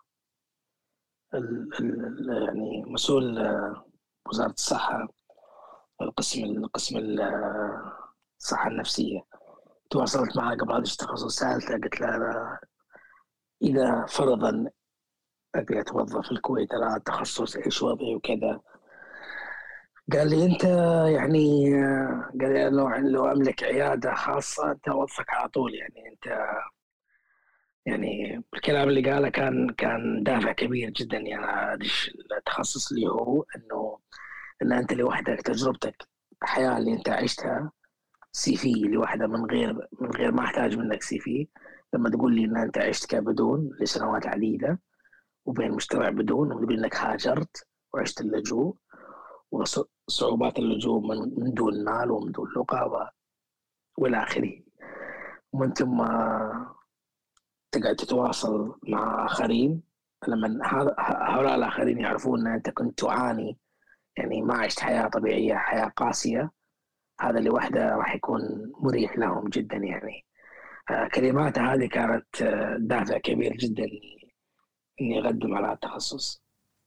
يعني مسؤول وزاره الصحه، القسم الصحه النفسيه. تواصلت معه قبل ادش التخصص، سالته قلت له أنا اذا فرضا ابي اتوظف في الكويت الان تخصص ايش وضعي وكذا. قال لي انت يعني قال لي لو املك عياده خاصه انت اوظفك على طول يعني. انت يعني الكلام اللي قاله كان دافع كبير جدا يعني ادش التخصص اللي هو ان انت لوحدك تجربتك الحياه اللي انت عشتها سي في لوحده، من غير ما احتاج منك سي في. لما تقول لي ان انت عشت كبدون لسنوات عديده وبين مجتمع بدون، وتقول انك هاجرت وعشت اللجوء وصعوبات اللجوء من دون مال ومن دون لغة والى اخره، ومن ثم تقعد تتواصل مع اخرين. لما هؤلاء الاخرين يعرفون ان انت كنت تعاني يعني ما عشت حياه طبيعيه، حياه قاسيه، هذا لوحده راح يكون مريح لهم جدا يعني. كلماته هذه كانت دافع كبير جدا اني اقدم على التخصص.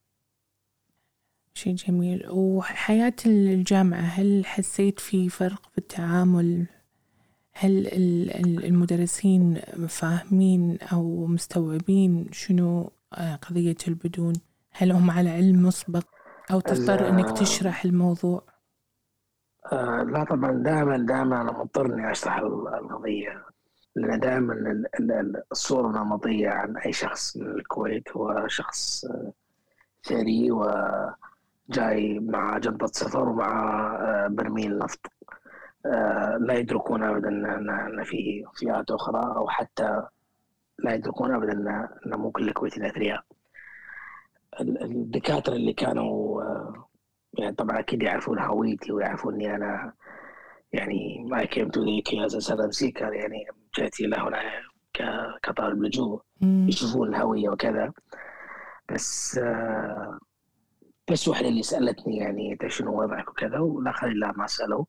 شيء جميل. وحياة الجامعة، هل حسيت في فرق في التعامل؟ هل المدرسين فاهمين أو مستوعبين شنو قضية البدون؟ هل هم على علم مسبق أو تضطر أنك تشرح الموضوع؟ لا طبعا، دائما انا مضطر اني اشرح القضيه، لان دائما الصوره النمطيه عن اي شخص من الكويت هو شخص ثري وجاي مع جنطه سفر ومع برميل نفط. لا يدركون ابدا ان في فئات اخرى، او حتى لا يدركون ابدا ان مو كل الكويتيين اثرياء. الدكاتره اللي كانوا يعني طبعا اكيد يعرفون هويتي ويعرفون اني انا يعني ما came to the UK as a asylum seeker، يعني جيت إلى هنا كطالب لجوء، يشوفون الهوية وكذا. بس بس واحدة اللي سألتني يعني أنت شنو وضعك وكذا، والآخرين لا ما سألوا.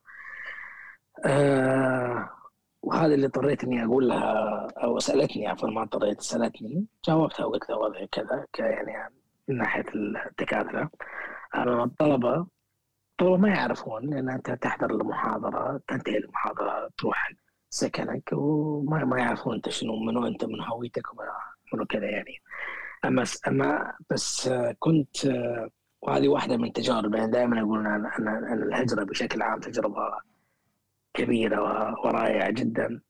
وهذا اللي اضطريت إني أقول لها، أو سألتني عفوا ما اضطريت، سألتني جاوبتها وقلت لها وضعي كذا يعني من ناحية الدكاترة. أما الطلبة ما يعرفون، لأن أنت تحضر المحاضرة، تنتهي المحاضرة تروح سكنك، وما ما يعرفون أنت شنو، منو أنت، من هويتك ومنو كذا يعني. أما بس كنت وهذه واحدة من تجارب، يعني دائما أقول أن الهجرة بشكل عام تجربة كبيرة ورائعة جدا.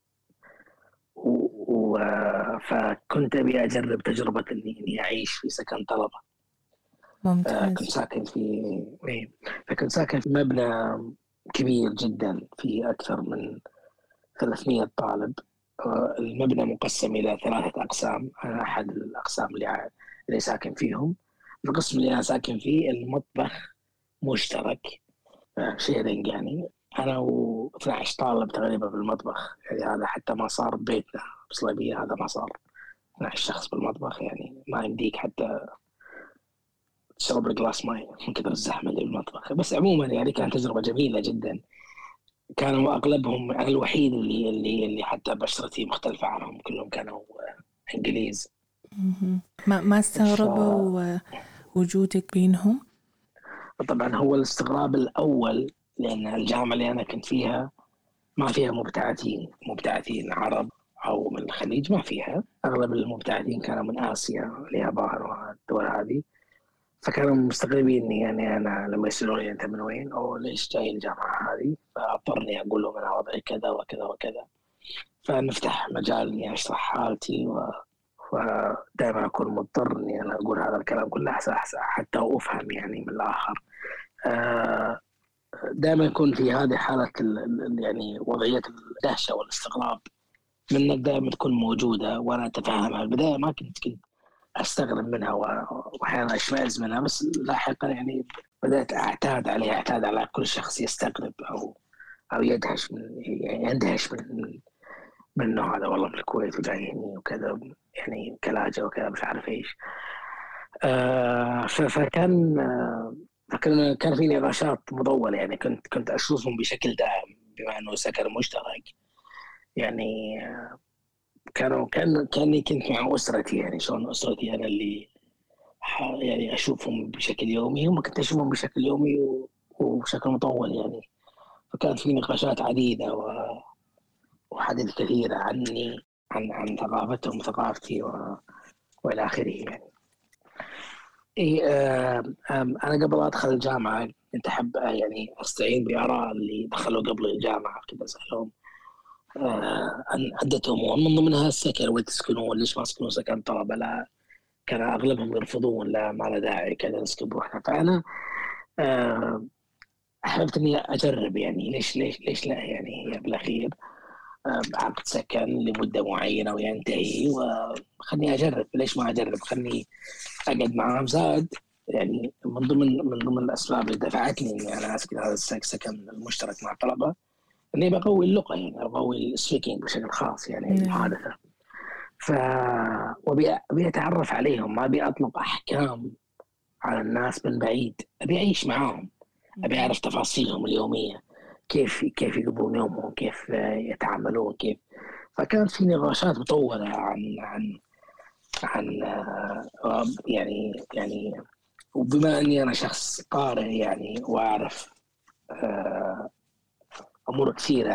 فكنت أبي أجرب تجربة إني أعيش في سكن طلبة. ممتاز. كنت ساكن فكنت ساكن في مبنى كبير جدا فيه أكثر من 300 طالب. المبنى مقسم إلى 3 أقسام. أنا أحد الأقسام اللي ساكن فيهم. القسم اللي أنا ساكن فيه المطبخ مشترك، شيرنج يعني. أنا و12 طالب تقريبا بالمطبخ، يعني هذا حتى ما صار بيتنا بصليبية، هذا ما صار 12 شخص بالمطبخ، يعني ما يمديك حتى تشرب لك جلاس ماي من كثر الزحمة اللي بالمطبخ. بس عموما يعني كانت تجربة جميلة جدا. كانوا أغلبهم، أنا الوحيد اللي حتى بشرتي مختلفة عنهم، كلهم كانوا إنجليز. ما استغربوا وجودك بينهم؟ طبعا هو الاستغراب الأول، لأن الجامعة اللي أنا كنت فيها ما فيها مبتعثين عرب أو من الخليج، ما فيها. أغلب المبتعثين كانوا من آسيا، اليابان والدول هذه. فكانوا مستغربين يعني أنا لما يسألوني أنت من وين أو ليش جاي الجامعة هذه، فأضطرني أقول لهم أنا وضعي كذا وكذا وكذا. فنفتح مجال إني أشرح حالتي، ودائما أكون مضطر إني أنا أقول هذا الكلام كله حتى أفهم يعني من الآخر. دائما يكون في هذه حالة يعني وضعية الدهشة والاستغراب منك، دائما تكون موجودة، وأنا أتفهمها. البداية ما كنت أستغرب منها وأحيانا أشمئز منها، بس لاحقا يعني بدأت أعتاد عليها، أعتاد على كل شخص يستغرب أو يدهش يعني يندهش من النوع هذا، والله من الكويت وجاي هني وكذا، يعني كلاجة وكذا مش عارف إيش. فكان كان في نقاشات مطولة، يعني كنت أشوفهم بشكل دائم بما أنه سكن مشترك. يعني كاني كنت مع أسرتي، يعني شلون أسرتي أنا اللي يعني أشوفهم بشكل يومي، هم كنت أشوفهم بشكل يومي وبشكل مطول يعني. فكانت في نقاشات عديدة وحديث كثيرة عني، عن ثقافتهم وثقافتي وإلى آخره يعني. إيه أنا قبل أدخل الجامعة كنت أحب يعني أستعين بآراء اللي دخلوا قبل الجامعة، كنت أسألهم عن عدة أمور، من ضمنها السكن، وين تسكنون، ليش ما تسكنون سكن طلبة؟ لا، كان أغلبهم يرفضون، لا ما له داعي كذا نسكن بروحنا. فأنا أحببت إني أجرب، يعني ليش لا، يعني هي بالأخير عقد سكن لمدة معينة وينتهي، وخلني أجرب، ليش ما أجرب؟ خلني أقعد معهم. زاد يعني من ضمن الأسباب اللي دفعتني إني أنا أسكن هذا السكن المشترك مع الطلبة، إني بقوي اللغة، يعني بقوي السبيكينج بشكل خاص، يعني المحادثة. وأبي أتعرف عليهم، ما أبي أطلق أحكام على الناس من بعيد، أبي أعيش معاهم، أبي أعرف تفاصيلهم اليومية، كيف يقضون يومهم، كيف يتعاملون، كيف. فكانت في نقاشات مطولة عن يعني وبما اني انا شخص قارئ يعني واعرف امور كثيره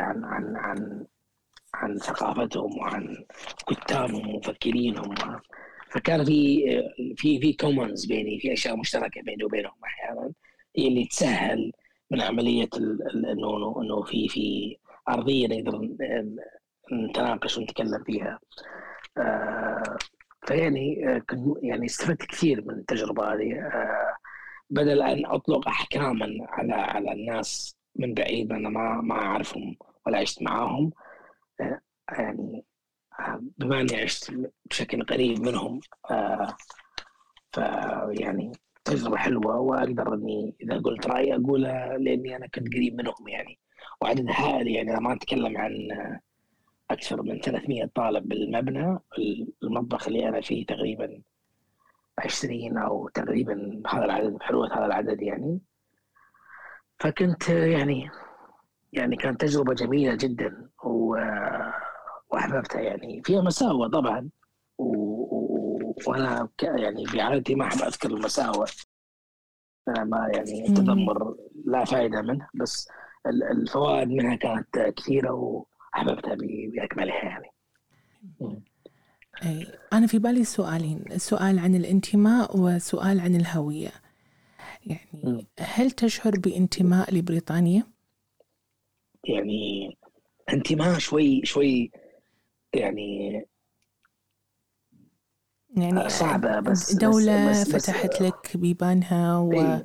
عن ثقافتهم وعن كتابهم ومفكرينهم. فكان في كومنز بيني، في اشياء مشتركه بيني وبينهم احيانا، هي اللي تسهل من عمليه انه في ارضيه نقدر نتناقش ونتكلم فيها. فيعني يعني استفدت كثير من التجربه هذه. بدل ان اطلق احكاما على الناس من بعيد، انا ما اعرفهم ولا عشت معاهم. يعني بما اني عشت بشكل قريب منهم، فيعني تجربه حلوه، واقدر اني اذا قلت رايي اقوله لاني انا كنت قريب منهم يعني. وعدد هائل، يعني أنا ما اتكلم عن اكثر من 300 طالب بالمبنى. المطبخ اللي انا فيه تقريبا 20 أو تقريبا هذا العدد، بحلوة هذا العدد يعني. فكنت يعني كانت تجربة جميلة جدا وأحببتها. يعني فيها مساوئ طبعا، وأنا يعني بعادتي ما أحب أذكر المساوئ، أنا ما يعني التذمر لا فائدة منه، بس الفوائد منها كانت كثيرة وأحببتها بأكملها يعني. أي أنا في بالي سؤالين، سؤال عن الانتماء وسؤال عن الهوية. يعني هل تشعر بانتماء لبريطانيا؟ يعني انتماء شوي يعني صعبة، دولة فتحت لك بيبانها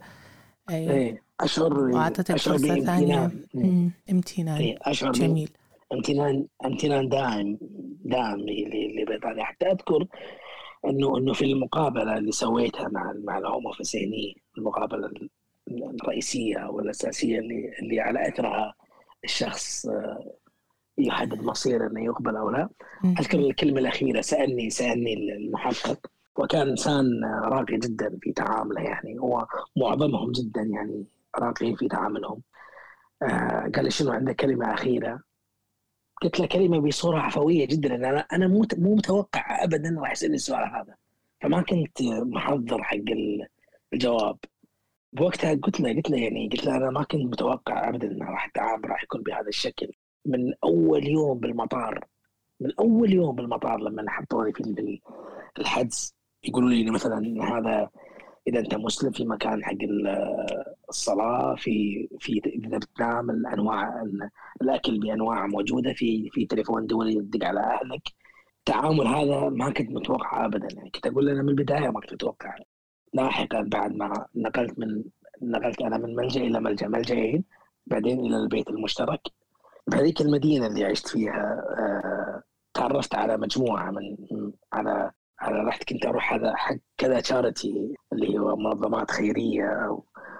وأعطتك فرصة ثانية. امتنان أشعر جميل. امتنان دائم لبريطانيا. حتى أذكر إنه في المقابلة اللي سويتها مع الهوم أوفيس، المقابلة الرئيسية والأساسية اللي على أثرها الشخص يحدد مصيره انه يقبل او لا. اذكر الكلمه الاخيره سالني المحقق، وكان انسان راقي جدا في تعامله، يعني هو معظمهم جدا يعني راقيين في تعاملهم. قال لي شنو عندك كلمه اخيره؟ قلت له كلمه بصوره عفويه جدا، ان انا مو متوقع ابدا راح يسالني السؤال هذا، فما كنت محضر حق الجواب. بوقتها قلت له انا ما كنت متوقع ابدا ان التعامل راح يكون بهذا الشكل. من اول يوم بالمطار لما حطوني في الحجز، يقولوا لي مثلا هذا اذا انت مسلم في مكان حق الصلاه، في اذا بتنام الانواع الاكل بانواع موجوده، في تليفون دولي يدق على اهلك. التعامل هذا ما كنت متوقع ابدا، يعني كنت اقول انا من البدايه ما كنت متوقع. لاحقا بعد ما نقلت انا من ملجأ الى ملجأين، بعدين الى البيت المشترك بهذيك المدينة اللي عشت فيها. تعرفت على مجموعة على رحت كنت أروح هذا حق كذا تشاريتي اللي هو منظمات خيرية.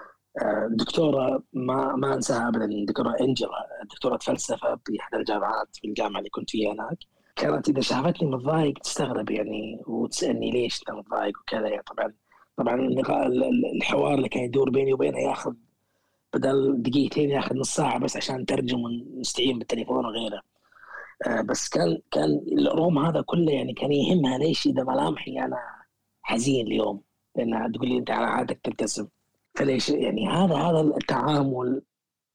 دكتورة ما أنساها أبدا، دكتورة إنجلا، دكتورة فلسفة في إحدى الجامعات في الجامعة اللي كنت فيها هناك. كانت إذا شافتني متضايق تستغرب يعني، وتسألني ليش أنت متضايق وكذا يعني. طبعا الحوار اللي كان يدور بيني وبينها ياخذ بدل دقيقتين ياخذ نص ساعة بس عشان نترجم ونستعين بالتليفون وغيره. بس كان الروم هذا كله يعني كان يهمها ليش إذا ملامحي أنا حزين اليوم، لأنها تقول لي أنت على عادتك تبتسم، فليش يعني هذا التعامل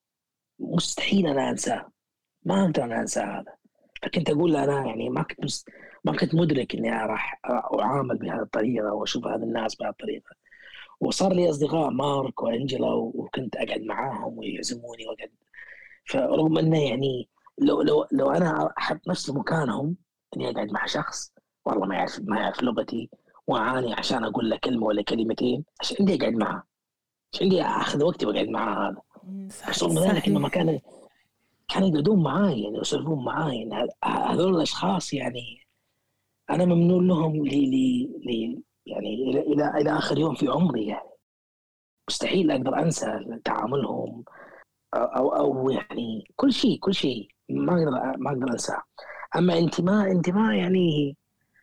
مستحيل أنا أنساه، ما أقدر أنا أنسى هذا. فكنت أقول له أنا يعني ما كنت مدرك إني راح أعامل بهذه الطريقة وأشوف هذا الناس بهذه الطريقة. وصار لي أصدقاء مارك وأنجلا، وكنت أقعد معاهم ويعزموني وأقعد. فرغم أنه يعني لو أنا أحط نفسي مكانهم، إني أقعد مع شخص والله ما يعرف لغتي، وأعاني عشان أقول له كلمة ولا كلمتين، عشان عندي أقعد معه، عشان عندي أخذ وقتي وأقعد معه هذا. بس رغم ذلك إنه كانوا يقعدون معاي يعني يسولفون معاي. يعني هذول الأشخاص يعني أنا ممنون لهم يعني إلى آخر يوم في عمري. يعني مستحيل أقدر أنسى تعاملهم أو يعني كل شيء ما أقدر أنساه. أما انتماء يعني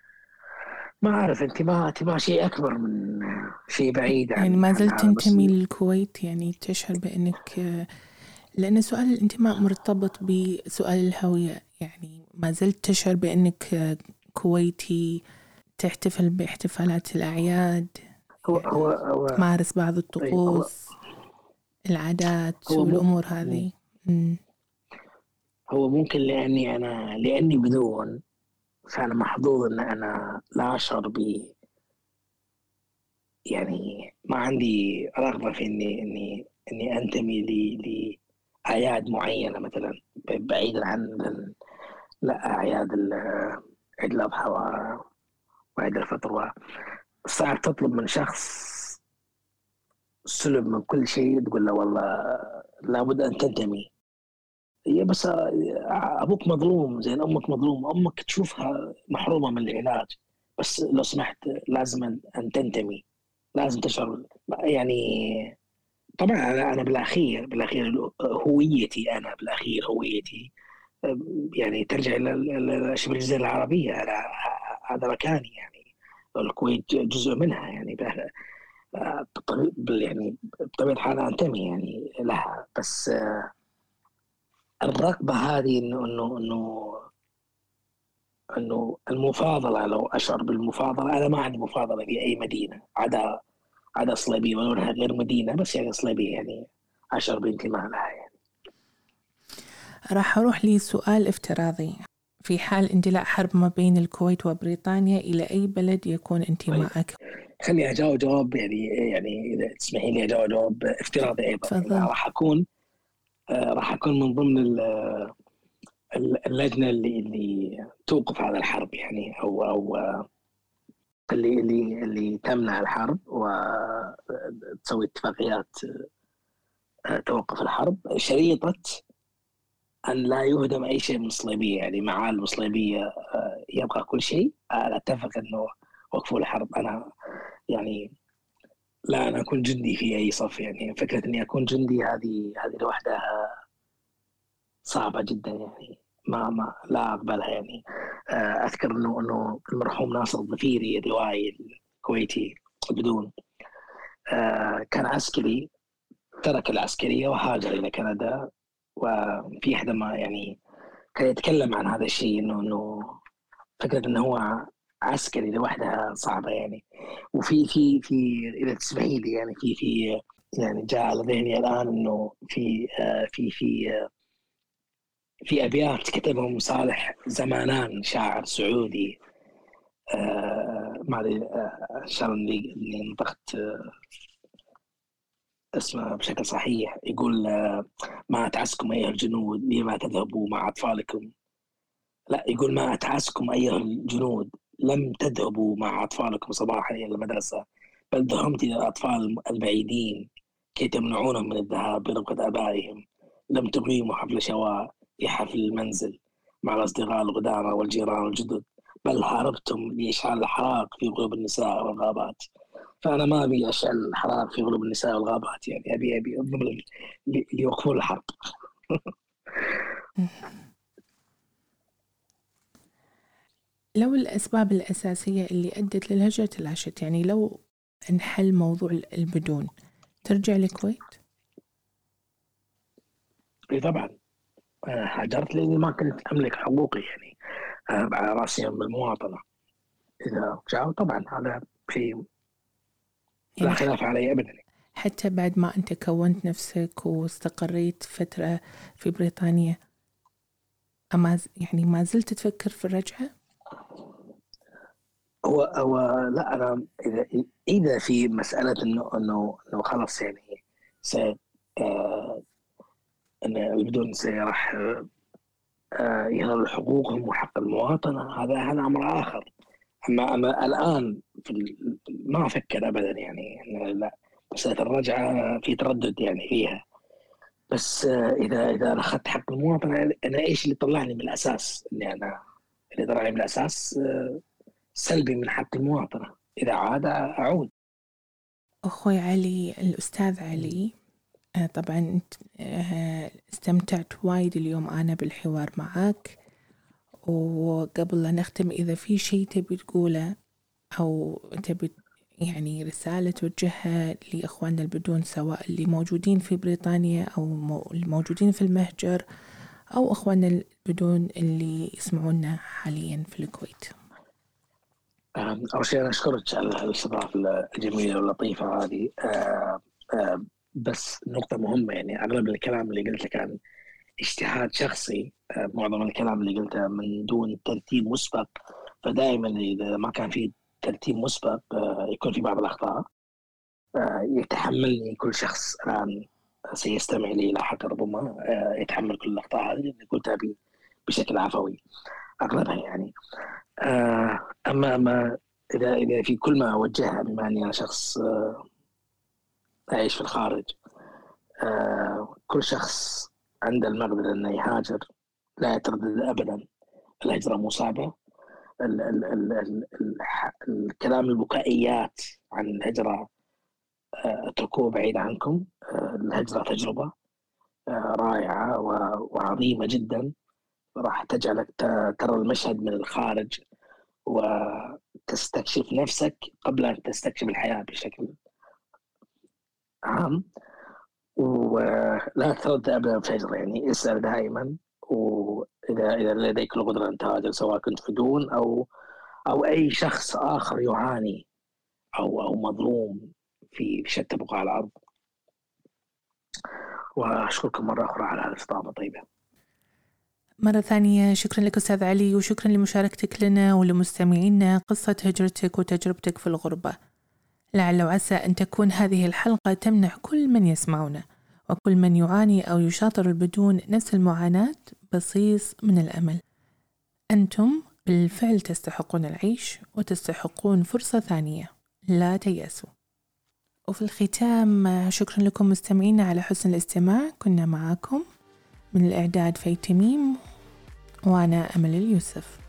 ما أعرف، انتماء شيء أكبر من شيء بعيد عن يعني ما زلت هذا. بس تنتمي للكويت، يعني تشعر بأنك، لأن سؤال الانتماء مرتبط بسؤال الهوية، يعني ما زلت تشعر بأنك كويتي، تحتفل باحتفالات الأعياد، هو تمارس بعض الطقوس، العادات والأمور هذه. هو ممكن لأني بدون، فأنا محظوظ إن أنا لا أشعر يعني ما عندي رغبة في إني أنتمي لأعياد معينة مثلا، بعيدا عن لا أعياد عيد الأضحى وعيد الفطر. صعب تطلب من شخص سلب من كل شيء تقول له والله لابد أن تنتمي. هي بس أبوك مظلوم زي أمك مظلومة، أمك تشوفها محرومة من العلاج، بس لو سمحت لازم أن تنتمي، لازم تشعر يعني. طبعا أنا بالأخير هويتي، يعني ترجع إلى شبه الجزيرة العربية. هذا مكاني يعني. الكويت جزء منها يعني، يعني بطبيعة الحال أنتمي يعني لها. بس الرغبة هذه إنه المفاضلة، لو أشعر بالمفاضلة، أنا ما عندي مفاضلة في أي مدينة عدا صليبية، ولو إنها غير مدينة، بس يعني صليبية يعني أشعر بانتماء لها يعني. راح أروح لي سؤال افتراضي. في حال اندلاع حرب ما بين الكويت وبريطانيا، إلى أي بلد يكون انتمائك؟ خليني أجاوب جواب يعني إذا تسمحي لي أجاوب جواب افتراضي أيضا. تفضل. يعني راح أكون من ضمن اللجنة اللي توقف هذا الحرب يعني، أو اللي تمنع الحرب وتسوي اتفاقيات توقف الحرب، شريطة أن لا يهدم أي شيء من الصليبية، يعني معالم الصليبية يبقى كل شيء. أنا أتفق أنه وقفوا الحرب. أنا يعني لا، أنا أكون جندي في أي صف يعني. فكرة إني أكون جندي هذه لوحدها صعبة جدا يعني، ما لا أقبلها يعني. أذكر إنه المرحوم ناصر الظفيري الروائي الكويتي بدون كان عسكري، ترك العسكرية وهاجر إلى كندا. وفي إحدى ما يعني كان يتكلم عن هذا الشيء، إنه فكرة إنه هو عسكري لوحدها صعبة يعني. وفي إذا تسمحي لي يعني، يعني جاء على ذهني الآن إنه في أبيات كتبهم صالح زمانان، شاعر سعودي. ما أدري إن شاء الله إني نطقت اسمه بشكل صحيح. يقول ما أتعسكم أيها الجنود لما تذهبوا مع أطفالكم. لا، يقول ما أتعسكم أيها الجنود لم تذهبوا مع أطفالكم صباحا إلى المدرسة، بل ذهبت إلى الأطفال البعيدين كي تمنعونهم من الذهاب برفقة آبائهم. لم تقيموا حفل شواء في حفل المنزل مع الأصدقاء القدامى والجيران الجدد، بل هربتم لإشعال الحراق في قلوب النساء والغابات. فأنا ما أبي أشعل الحراق في قلوب النساء والغابات يعني، أبي أضرب اللي يوقفون الحرب. لو الأسباب الأساسية اللي أدت للهجرة تلاشت، يعني لو انحل موضوع البدون، ترجع الكويت؟ إي طبعا. هاجرت لأني ما كنت أملك حقوقي يعني على رأسي بالمواطنة. إذا رجعوا طبعا هذا شيء لا يعني خلاف عليه أبدا. حتى بعد ما أنت كونت نفسك واستقريت فترة في بريطانيا، يعني ما زلت تفكر في الرجعة؟ هو لا، أنا إذا في مسألة إنه خلاص يعني س أن البدون سيراح ينال حقوقهم وحق المواطنة، هذا أمر آخر. أما الآن ما أفكر أبدا يعني لا، مسألة الرجعة في تردد يعني فيها. بس إذا أنا أخذت حق المواطنة، أنا إيش اللي طلعني من الأساس؟ اللي طلعني من الأساس سلبي من حق المواطنة. إذا عاد أعود. أخوي علي، الأستاذ علي، طبعا استمتعت وايد اليوم أنا بالحوار معك. وقبل لا نختم، إذا في شيء تبي تقوله أو تبي يعني رسالة توجهها لإخواننا البدون، سواء اللي موجودين في بريطانيا أو اللي موجودين في المهجر، أو إخواننا البدون اللي يسمعونا حاليا في الكويت. أول شيء أنا أشكرك على الاستضافة الجميلة واللطيفة هذه. بس نقطة مهمة يعني، أغلب الكلام اللي قلته كان اجتهاد شخصي. معظم الكلام اللي قلته من دون ترتيب مسبق، فدائما إذا ما كان في ترتيب مسبق يكون في بعض الأخطاء. يتحملني كل شخص الآن سيستمع لي لاحقا، ربما يتحمل كل الأخطاء هذه اللي قلتها بشكل عفوي أغلبها يعني. أما إذا في كل ما أوجهها، بما أني أنا شخص أعيش في الخارج، كل شخص عنده المقدرة أنه يهاجر لا يتردد أبدا. الهجرة مو صعبة. ال ال ال ال ال الكلام البكائيات عن الهجرة اتركوه بعيد عنكم. الهجرة تجربة رائعة وعظيمة جدا، راح تجعلك ترى المشهد من الخارج، تستكشف نفسك قبل أن تستكشف الحياة بشكل عام. ولا ترد أبدا بشجرة، يعني اسأل دائما، وإذا لديك القدرة أن تهاجر سواء كنت في دون أو أي شخص آخر يعاني أو مظلوم في شتى بقاع الأرض. وأشكركم مرة أخرى على الاستضافة الطيبة. مرة ثانية شكرا لك أستاذ علي، وشكرا لمشاركتك لنا ولمستمعينا قصة هجرتك وتجربتك في الغربة. لعل وعسى أن تكون هذه الحلقة تمنح كل من يسمعنا وكل من يعاني أو يشاطر البدون نفس المعاناة بصيص من الأمل. أنتم بالفعل تستحقون العيش وتستحقون فرصة ثانية، لا تيأسوا. وفي الختام شكرا لكم مستمعينا على حسن الاستماع. كنا معاكم من الإعداد في تميم، وأنا أمل اليوسف.